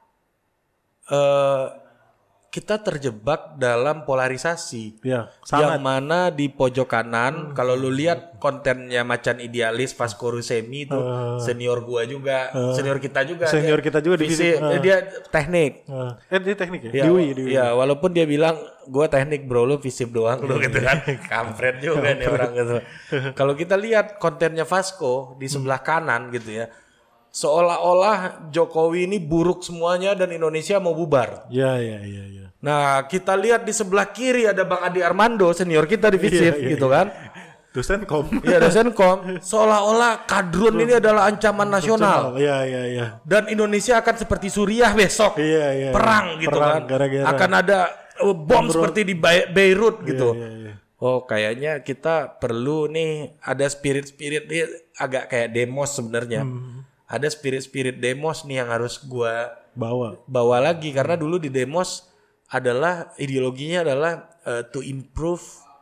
kita terjebak dalam polarisasi. Iya, Yang mana di pojok kanan, kalau lu lihat kontennya Macan Idealis, Vasco Rusemi itu senior gua juga, senior kita juga. Senior kita juga di Visi, dia teknik. Dia teknik ya? Ya, Di UI. ya, walaupun dia bilang gua teknik bro, lu visip doang lu gitu kan. Kampret juga nih orang gitu. Kalau kita lihat kontennya Vasco di sebelah kanan gitu ya, seolah-olah Jokowi ini buruk semuanya dan Indonesia mau bubar. Iya. Nah, kita lihat di sebelah kiri ada Bang Adi Armando, senior kita di Visip gitu kan. Dosen kom. Iya, dosen kom. Seolah-olah kadrun ini adalah ancaman nasional. Iya. Dan Indonesia akan seperti Suriah besok. Iya. Perang gitu kan. Gara-gara. Akan ada bom seperti di Beirut gitu. Iya. Oh, kayaknya kita perlu nih ada spirit-spirit ini agak kayak demos sebenarnya. Ada spirit-spirit demos nih yang harus gua bawa lagi, karena dulu di demos adalah ideologinya adalah to improve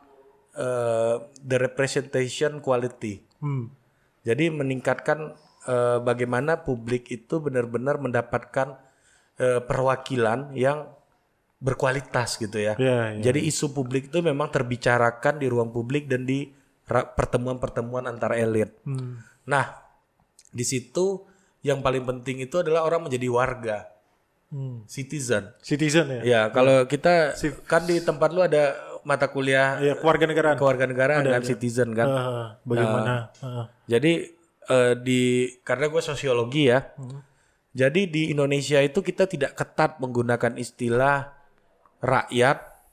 the representation quality. Jadi meningkatkan bagaimana publik itu benar-benar mendapatkan perwakilan yang berkualitas gitu ya. Jadi isu publik itu memang terbicarakan di ruang publik dan di pertemuan-pertemuan antar elit. Nah, di situ yang paling penting itu adalah orang menjadi warga. Citizen ya. Ya, kalau kita kan di tempat lu ada mata kuliah kewarganegaraan dan citizen kan. Bagaimana? Jadi karena gue sosiologi ya. Jadi di Indonesia itu kita tidak ketat menggunakan istilah rakyat,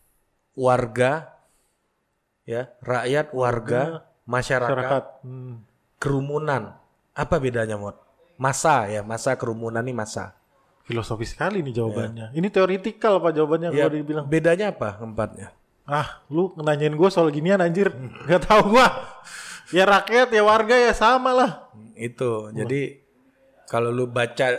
warga, ya, rakyat, warga, masyarakat. Kerumunan. Apa bedanya, Mod? Massa, kerumunan nih massa. Filosofis sekali nih jawabannya. Ini teoritikal Pak jawabannya kalau dibilang. Bedanya apa keempatnya? Lu nanyain gue soal ginian anjir. Gak tahu gue. Ya rakyat ya warga ya sama lah. Itu. Jadi kalau lu baca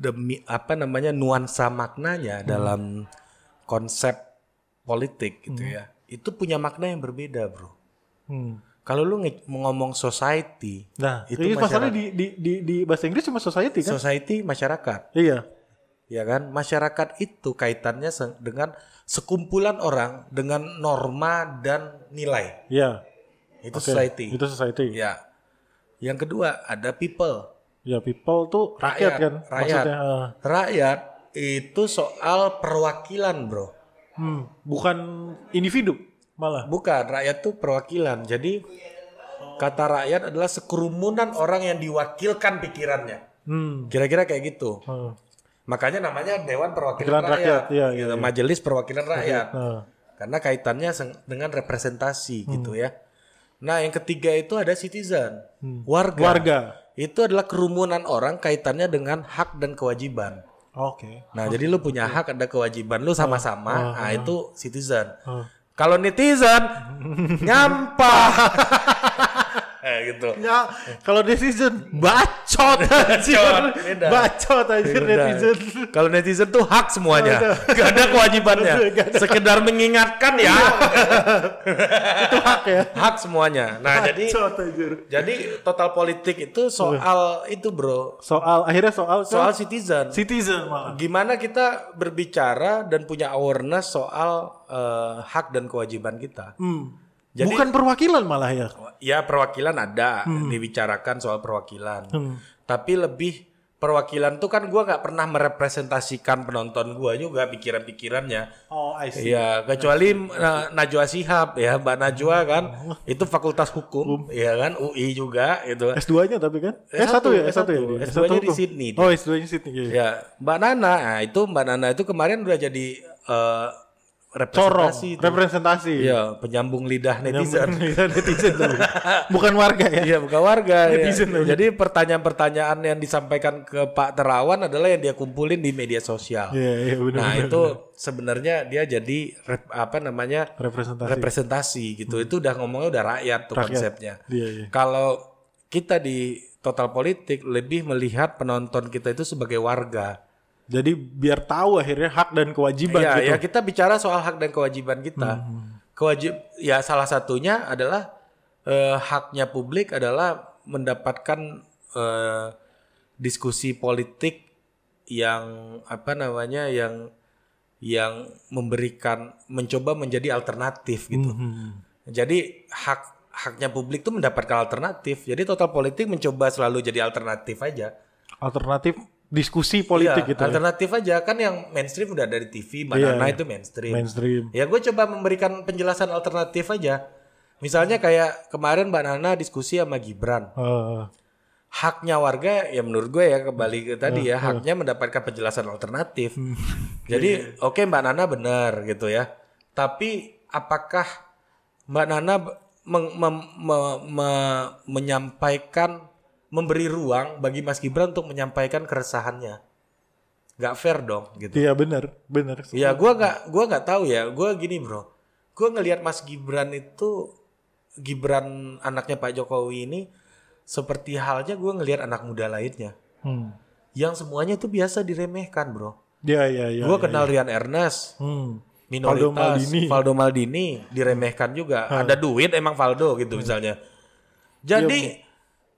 nuansa maknanya dalam konsep politik gitu ya. Itu punya makna yang berbeda, Bro. Kalau lu ngomong society, itu masalahnya di bahasa Inggris cuma society kan? Society masyarakat. Iya. Ya kan? Masyarakat itu kaitannya dengan sekumpulan orang dengan norma dan nilai. Iya. Itu society. Itu society. Ya. Yang kedua ada people. Ya, people tuh rakyat kan? Maksudnya. Rakyat itu soal perwakilan, Bro. Bukan individu malah. Bukan, rakyat tuh perwakilan. Jadi kata rakyat adalah sekerumunan orang yang diwakilkan pikirannya. Kira-kira kayak gitu. Makanya namanya Dewan Perwakilan Rakyat. Iya. Majelis Perwakilan Rakyat. Karena kaitannya dengan representasi gitu ya. Nah, yang ketiga itu ada citizen. Warga. Itu adalah kerumunan orang kaitannya dengan hak dan kewajiban. Oke. Nah, jadi lu punya hak, ada kewajiban lu sama-sama. Nah, itu citizen. Kalau netizen nyampah. gitu. Ya, kalau netizen bacot anjir. Beda. Bacot anjir Beda. netizen. Kalau netizen tuh hak semuanya, gak ada kewajibannya. Sekedar mengingatkan ya. Itu hak ya. Hak semuanya. Nah, Bacot anjir. jadi total politik itu soal itu, Bro. Akhirnya soal Citizen. citizen malah. Gimana kita berbicara dan punya awareness soal hak dan kewajiban kita. Jadi, bukan perwakilan malah ya. ya perwakilan ada, dibicarakan soal perwakilan. Tapi lebih perwakilan tuh kan gue nggak pernah merepresentasikan penonton gue juga pikiran-pikirannya. Oh, I see. Ya kecuali Najwa Shihab ya, Mbak Najwa kan itu Fakultas Hukum, ya kan UI juga itu. S2-nya tapi kan? S1 S1 ya, S1 ya. dia. S2-nya di hukum. Sydney. Oh, S2-nya Sydney. Iya. Ya, Mbak Nana itu kemarin udah jadi Corong, representasi. representasi. Iya, penyambung lidah netizen. Netizen tapi. Bukan warga ya. Iya, bukan warga. Netizen Ya. Jadi pertanyaan-pertanyaan yang disampaikan ke Pak Terawan adalah yang dia kumpulin di media sosial. Iya, benar. Nah, itu sebenarnya dia jadi representasi gitu. Itu udah ngomongnya udah rakyat tuh konsepnya. Iya. Kalau kita di total politik lebih melihat penonton kita itu sebagai warga. Jadi biar tahu akhirnya hak dan kewajiban Ya, gitu. ya kita bicara soal hak dan kewajiban kita. Ya salah satunya adalah haknya publik adalah mendapatkan diskusi politik yang yang mencoba menjadi alternatif gitu. Jadi haknya publik itu mendapatkan alternatif. Jadi total politik mencoba selalu jadi alternatif aja. Alternatif diskusi politik gitu. Alternatif aja kan yang mainstream udah dari TV, Banana itu mainstream. Ya gue coba memberikan penjelasan alternatif aja. Misalnya kayak kemarin Mbak Nana diskusi sama Gibran. Haknya warga ya menurut gue ya kembali ke tadi ya haknya mendapatkan penjelasan alternatif. Jadi oke, Mbak Nana benar gitu ya. Tapi apakah Mbak Nana menyampaikan, memberi ruang bagi Mas Gibran untuk menyampaikan keresahannya? Gak fair dong gitu. Iya benar. Ya gua nggak tahu ya. Gua gini bro, gua ngelihat Mas Gibran itu, Gibran anaknya Pak Jokowi ini seperti halnya gua ngelihat anak muda lainnya, yang semuanya itu biasa diremehkan bro. Iya. Gua kenal Rian Ernest, minoritas, Valdo Maldini diremehkan juga. Ada duit emang Valdo gitu misalnya. Jadi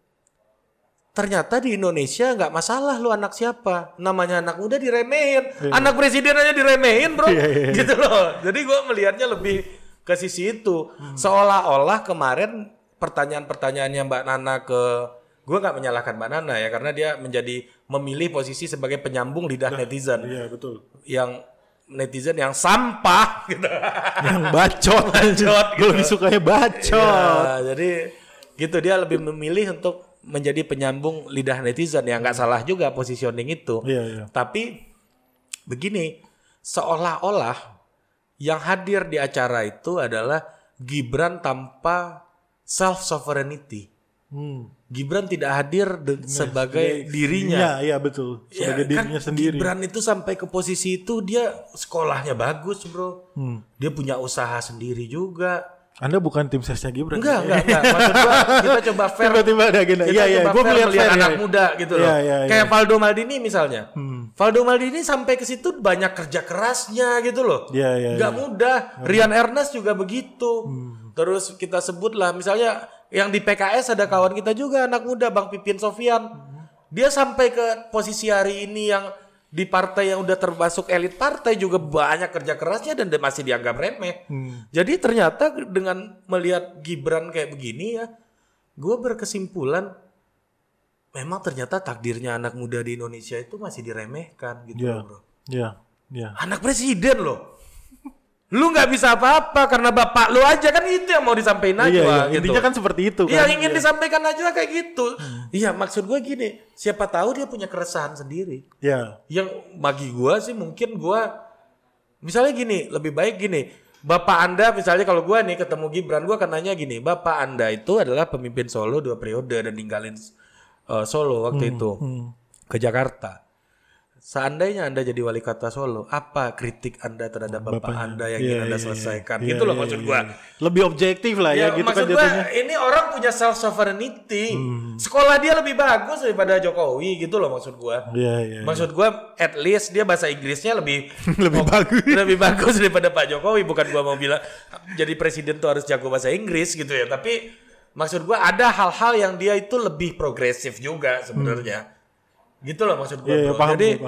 ternyata di Indonesia nggak masalah lu anak siapa, namanya anak muda diremehin, anak presiden aja diremehin bro, gitu loh. Jadi gue melihatnya lebih ke sisi itu, seolah-olah kemarin pertanyaan-pertanyaannya Mbak Nana gue nggak menyalahkan Mbak Nana ya, karena dia memilih posisi sebagai penyambung lidah netizen, iya betul, yang netizen yang sampah, gitu. Yang bacot, gitu. Gue lebih sukanya bacot. Ya, jadi gitu dia lebih memilih untuk menjadi penyambung lidah netizen, ya nggak salah juga positioning itu. Iya. Tapi begini, seolah-olah yang hadir di acara itu adalah Gibran tanpa self sovereignty. Gibran tidak hadir sebagai dirinya. Iya betul. Sebagai dirinya sendiri. Gibran itu sampai ke posisi itu dia sekolahnya bagus bro. Dia punya usaha sendiri juga. Anda bukan tim sesnya Gibran. Enggak. Maksud gua kita coba fair. Tiba-tiba ada agenda. Iya. Gue melihat fair anak muda gitu loh. Iya. Kayak Valdo Maldini misalnya. Valdo Maldini sampai ke situ banyak kerja kerasnya gitu loh. Iya. Gak mudah. Rian Ernest juga begitu. Terus kita sebutlah misalnya yang di PKS ada kawan kita juga anak muda, Bang Pipin Sofian. Dia sampai ke posisi hari ini yang di partai yang udah termasuk elit partai juga banyak kerja kerasnya dan masih dianggap remeh. Jadi ternyata dengan melihat Gibran kayak begini ya, gue berkesimpulan memang ternyata takdirnya anak muda di Indonesia itu masih diremehkan gitu loh bro. Iya. Anak presiden loh. Lu nggak bisa apa-apa karena bapak lu aja, kan itu yang mau disampaikan aja. Iya. Gitu. Intinya kan seperti itu kan. Iya, ingin disampaikan aja kayak gitu. Iya, maksud gue gini, siapa tahu dia punya keresahan sendiri. Iya. Yang bagi gue sih mungkin gue, misalnya gini, lebih baik gini, bapak anda misalnya kalau gue nih ketemu Gibran, gue akan nanya gini, bapak anda itu adalah pemimpin Solo 2 periode dan ninggalin Solo waktu itu ke Jakarta. seandainya Anda jadi wali kota Solo, apa kritik Anda terhadap bapak Anda yang ingin Anda selesaikan? Gitu loh maksud gua. Lebih objektif lah ya gitu maksud kan gua, jatuhnya. ini orang punya self sovereignty. Sekolah dia lebih bagus daripada Jokowi gitu loh maksud gua. Iya. Maksud gua at least dia bahasa Inggrisnya lebih bagus. Lebih bagus daripada Pak Jokowi. Bukan gua mau bilang jadi presiden tuh harus jago bahasa Inggris gitu ya, tapi maksud gua ada hal-hal yang dia itu lebih progresif juga sebenarnya. Gitu loh maksud gue, bro. Paham, Jadi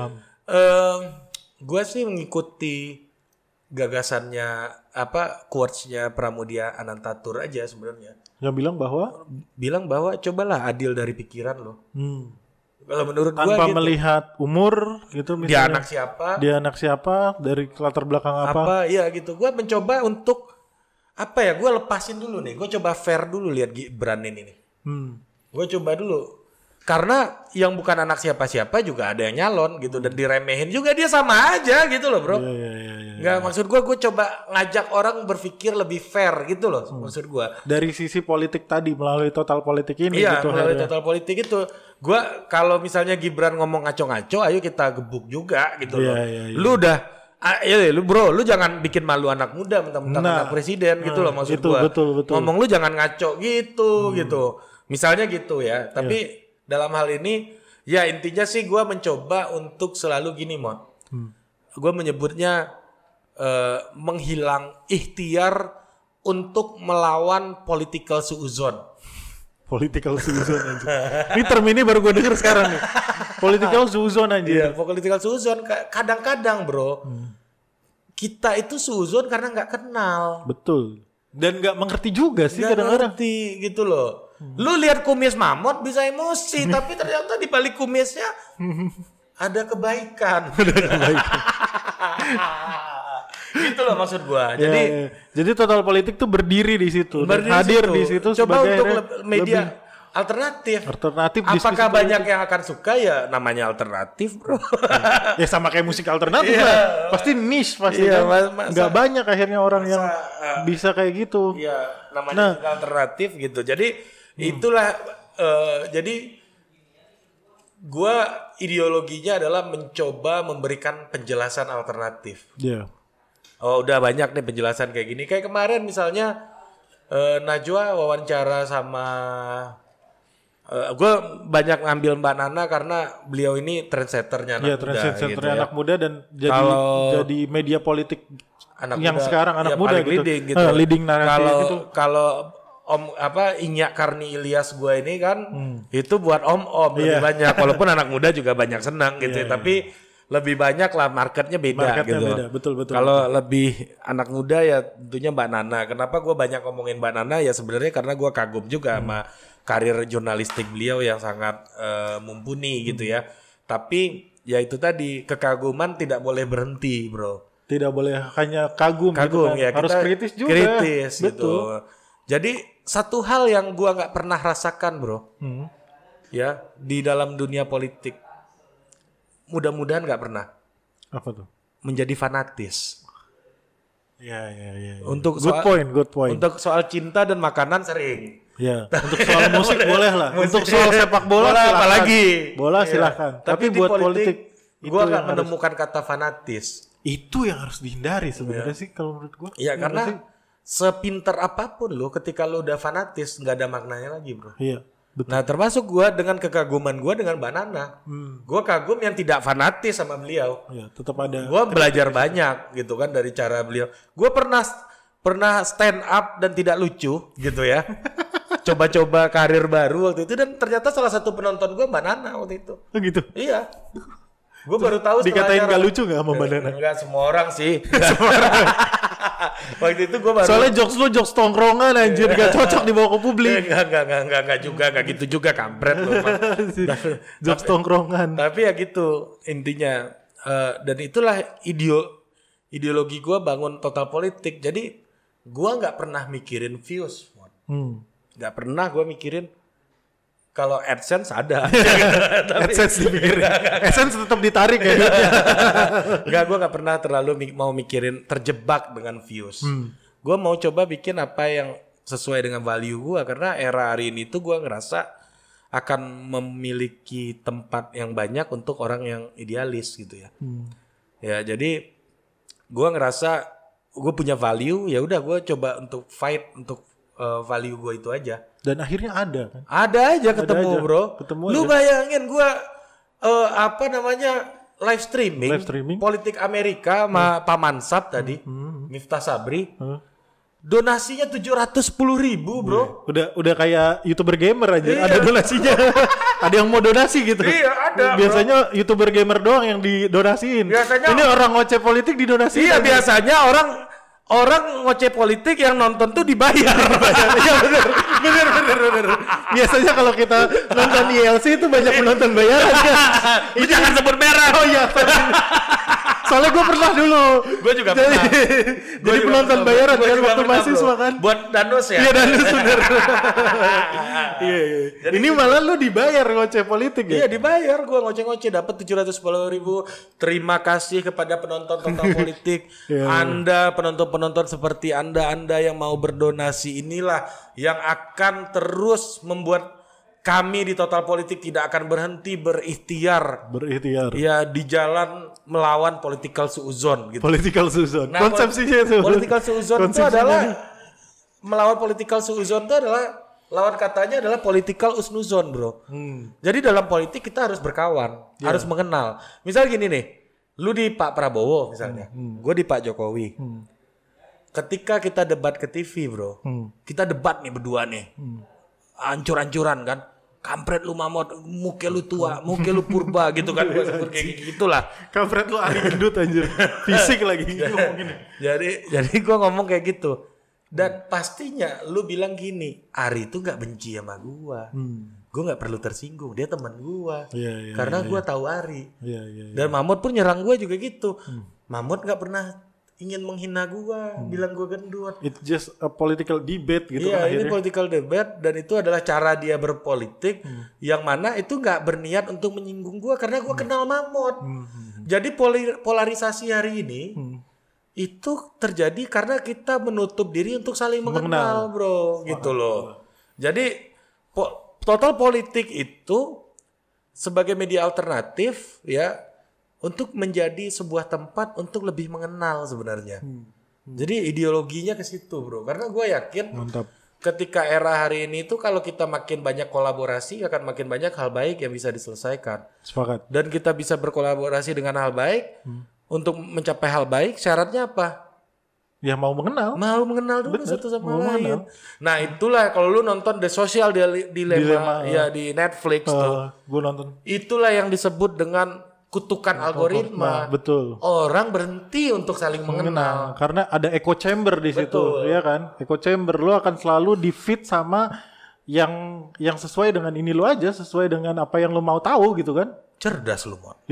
gue sih mengikuti gagasannya quotes-nya Pramudia Anantatur aja sebenarnya. Yang bilang bahwa cobalah adil dari pikiran lo. Kalau menurut gue tanpa gitu, melihat umur gitu misalnya. Dia anak siapa, dari latar belakang apa. Iya gitu. Gue mencoba untuk gue lepasin dulu nih. Gue coba fair dulu lihat Gibran ini nih. Gue coba dulu. Karena yang bukan anak siapa-siapa juga ada yang nyalon gitu, dan diremehin juga dia sama aja gitu loh, bro. Nggak, maksud gue coba ngajak orang berpikir lebih fair gitu loh, maksud gue. Dari sisi politik tadi melalui total politik ini. Iya, gitu, melalui total politik itu. Gue kalau misalnya Gibran ngomong ngaco-ngaco, ayo kita gebuk juga gitu loh. Lu udah lu jangan bikin malu anak muda mentang-mentang anak presiden gitu loh, maksud gue. Betul. Ngomong lu jangan ngaco gitu gitu. Misalnya gitu ya, tapi dalam hal ini, ya intinya sih gue mencoba untuk selalu gini, Mon. Gue menyebutnya menghilang ikhtiar untuk melawan political suuzon. Political suuzon aja. Ini term ini baru gue denger sekarang nih. Political suuzon aja. Iya, political suuzon. Kadang-kadang, bro, kita itu suuzon karena nggak kenal. Betul. Dan nggak mengerti juga sih kadang-kadang. Nggak ngerti gitu loh. Lu lihat kumis mamut bisa emosi, tapi ternyata di balik kumisnya ada kebaikan. Gitu loh maksud gua. Jadi total politik tuh berdiri di situ, hadir di situ. Coba sebagai untuk media alternatif. Apakah banyak yang akan suka? Ya namanya alternatif, bro. Ya sama kayak musik alternatif lah. Pasti niche pasti kan. Nggak banyak akhirnya orang yang bisa kayak gitu. Iya, namanya alternatif gitu. Jadi itulah jadi gua ideologinya adalah mencoba memberikan penjelasan alternatif. Iya. Oh, udah banyak nih penjelasan kayak gini. Kayak kemarin misalnya Najwa wawancara sama gue banyak ngambil Mbak Nana karena beliau ini trendsetternya anak muda. Trendsetternya gitu anak muda dan jadi media politik yang muda, sekarang anak muda gitu. Leading narasi gitu. Kalau Inyak Karni Ilyas gue ini kan itu buat om-om lebih banyak, walaupun anak muda juga banyak senang gitu, tapi lebih banyak lah marketnya beda gitu. Beda. Betul. Kalau lebih anak muda ya tentunya Mbak Nana. Kenapa gue banyak ngomongin Mbak Nana ya sebenarnya karena gue kagum juga sama karir jurnalistik beliau yang sangat mumpuni gitu ya. Tapi ya itu tadi, kekaguman tidak boleh berhenti, bro. Tidak boleh hanya kagum gitu kan. Ya, harus kritis juga. Kritis gitu. Jadi satu hal yang gua nggak pernah rasakan, bro, ya di dalam dunia politik, mudah-mudahan nggak pernah. Apa tuh? Menjadi fanatis. Ya. Untuk good point. Untuk soal cinta dan makanan sering. Ya. Untuk soal musik boleh lah. Untuk soal sepak bola apalagi. Bola silakan. Tapi buat politik, gua nggak menemukan kata fanatis. Itu yang harus dihindari sebenarnya sih kalau menurut gua. Iya, karena sepinter apapun lo, ketika lo udah fanatis nggak ada maknanya lagi, bro. Iya, betul. Nah, termasuk gue dengan kekaguman gue dengan Mbak Nana. Gue kagum yang tidak fanatis sama beliau. Iya, tetap ada. Gue belajar banyak gitu kan dari cara beliau. Gue pernah stand up dan tidak lucu gitu ya. Coba-coba karir baru waktu itu, dan ternyata salah satu penonton gue Mbak Nana waktu itu. Oh gitu. Iya. Gue baru tahu. Dikatain gak lucu gak sama Mbak Nana? Enggak, semua orang sih. Waktu itu gue baru. Soalnya jokes lu jokes tongkrongan anjir, gak cocok dibawa ke publik. Enggak juga, enggak gitu juga, kampret lu. Jokes tongkrongan. Tapi ya gitu intinya. Dan itulah ideologi gue bangun total politik. Jadi gue nggak pernah mikirin views. Nggak pernah gue mikirin. Kalau AdSense ada. AdSense dipikirin. AdSense tetap ditarik ya. Enggak, gue gak pernah terlalu mau mikirin terjebak dengan views. Gue mau coba bikin apa yang sesuai dengan value gue. Karena era hari ini tuh gue ngerasa akan memiliki tempat yang banyak untuk orang yang idealis gitu ya. Ya jadi gue ngerasa gue punya value, ya udah gue coba untuk fight untuk value gue itu aja. Dan akhirnya ada kan? Ada aja ketemu aja. bro. Ketemu Lu aja. bayangin gue live streaming politik Amerika sama Pak Mansat tadi, Miftah Sabri. Donasinya 710.000 bro. Udah kayak YouTuber gamer aja, ada donasinya. Ada yang mau donasi gitu. Iya ada. Biasanya YouTuber gamer doang yang didonasiin. Biasanya ini orang ngoceh politik didonasiin. Iya biasanya orang ngoceh politik yang nonton tuh dibayar. Iya bener. Biasanya kalau kita nonton ILC itu banyak penonton bayaran kan. Lu jangan sebut merah. Oh iya. Soalnya gue pernah dulu. Gue juga pernah. Jadi penonton bayaran kan waktu mahasiswa kan. Buat Danus ya. Iya Danus bener. Iya. Ini malah lu dibayar ngoceh politik ya? Iya dibayar, gue ngoceh-ngoceh dapat 710.000. Terima kasih kepada penonton Total Politik. Anda penonton seperti Anda yang mau berdonasi, inilah yang akan terus membuat kami di Total Politik tidak akan berhenti berikhtiar. Ya di jalan melawan political suuzon gitu. Political suuzon. Nah, konsepsinya itu. Political suuzon itu adalah melawan political suuzon itu adalah lawan katanya adalah political usnuzon, bro. Jadi dalam politik kita harus berkawan, harus mengenal. Misal gini nih, lu di Pak Prabowo misalnya, gue di Pak Jokowi. Ketika kita debat ke TV, bro, kita debat nih berdua nih, ancur-ancuran kan. Kampret lu Mamot, muka lu tua, muka lu purba gitu kan, gue sebut kayak gitulah. Kampret lu Ari gendut anjir, fisik lagi ngomongin. Jadi gue ngomong kayak gitu. Dan pastinya lu bilang gini, Ari itu nggak benci sama gue, gue nggak perlu tersinggung, dia teman gue, karena gue tahu Ari. Dan Mamot pun nyerang gue juga gitu. Mamot nggak pernah ingin menghina gua, bilang gua gendut. It's just a political debate gitu kan akhirnya. Ini political debate dan itu adalah cara dia berpolitik yang mana itu nggak berniat untuk menyinggung gua karena gua kenal Mamot. Jadi polarisasi hari ini itu terjadi karena kita menutup diri untuk saling mengenal, bro, gitu loh. Jadi Total Politik itu sebagai media alternatif ya, untuk menjadi sebuah tempat untuk lebih mengenal sebenarnya. Jadi ideologinya ke situ, bro. Karena gue yakin ketika era hari ini tuh kalau kita makin banyak kolaborasi akan makin banyak hal baik yang bisa diselesaikan. Sepakat. Dan kita bisa berkolaborasi dengan hal baik untuk mencapai hal baik. Syaratnya apa? Ya mau mengenal. Mau mengenal dulu satu sama lain. Nah itulah kalau lu nonton The Social Dilemma ya di Netflix tuh. Gue nonton. Itulah yang disebut dengan kutukan algoritma. Betul. Orang berhenti untuk saling mengenal. Karena ada echo chamber di situ, ya kan? Echo chamber lu akan selalu di feed sama yang sesuai dengan ini lu aja, sesuai dengan apa yang lu mau tahu gitu kan? Cerdas lu, Mon.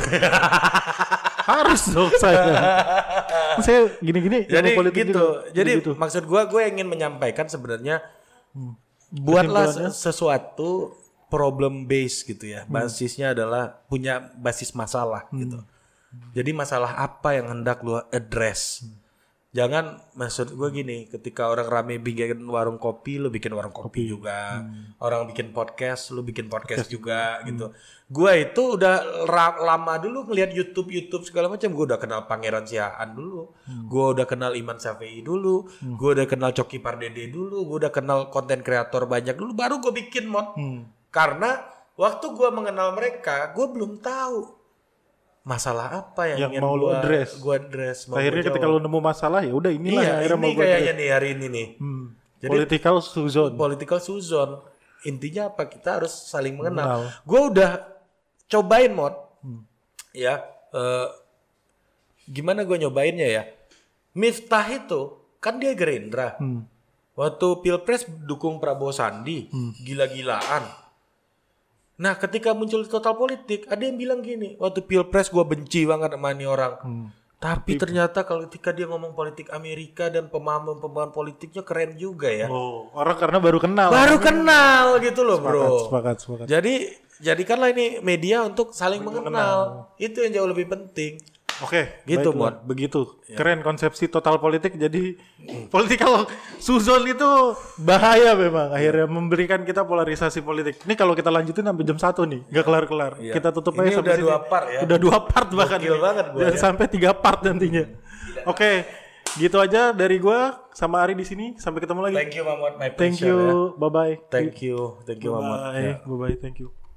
Harus dong saya gini-gini jadi gitu. Jadi gitu. Maksud gue ingin menyampaikan sebenarnya buatlah sesuatu problem base gitu ya. Basisnya adalah punya basis masalah gitu. Jadi masalah apa yang hendak lu address. Jangan, maksud gue gini, ketika orang rame bikin warung kopi, lu bikin warung kopi juga. Orang bikin podcast, lu bikin podcast juga gitu. Gue itu udah lama dulu ngeliat YouTube segala macam. Gue udah kenal Pangeran Sihaan dulu. Gue udah kenal Iman Syafi'i dulu. Gue udah kenal Coki Pardede dulu. Gue udah kenal konten kreator banyak dulu. Baru gue bikin mod. Karena waktu gue mengenal mereka, gue belum tahu masalah apa yang ingin mau lu address. Akhirnya ketika lu nemu masalah ya udah inilah yang ini kayaknya nih hari ini nih. Jadi, political suuzon. Intinya apa? Kita harus saling mengenal. Gue udah cobain mod. Ya, gimana gue nyobainnya ya? Miftah itu kan dia Gerindra. Waktu Pilpres dukung Prabowo Sandi, gila-gilaan. Nah ketika muncul Total Politik, ada yang bilang gini, waktu Pilpres gue benci banget sama ini orang. Tapi ternyata kalau ketika dia ngomong politik Amerika dan pemahaman politiknya keren juga ya. Orang karena baru kenal. Gitu loh, bro. Sepakat. Jadi jadikanlah ini media untuk saling mengenal. Itu yang jauh lebih penting. Oke, Gitu, baiklah. Mon. Begitu. Keren konsepsi total politik. Jadi political suzon itu bahaya memang. Akhirnya memberikan kita polarisasi politik. Ini kalau kita lanjutin sampai jam 1 nih, nggak kelar-kelar. Kita tutup Ini aja sampai udah sini. 2 part ya. Udah 2 part bahkan. Gokil banget gua Dan ya. sampai 3 part nantinya. Oke, gitu aja dari gua sama Ari di sini. Sampai ketemu lagi. Thank you Mamut, my Thank pleasure, ya. you. Bye-bye. Thank you Mamut. Bye. Bye-bye. Thank you.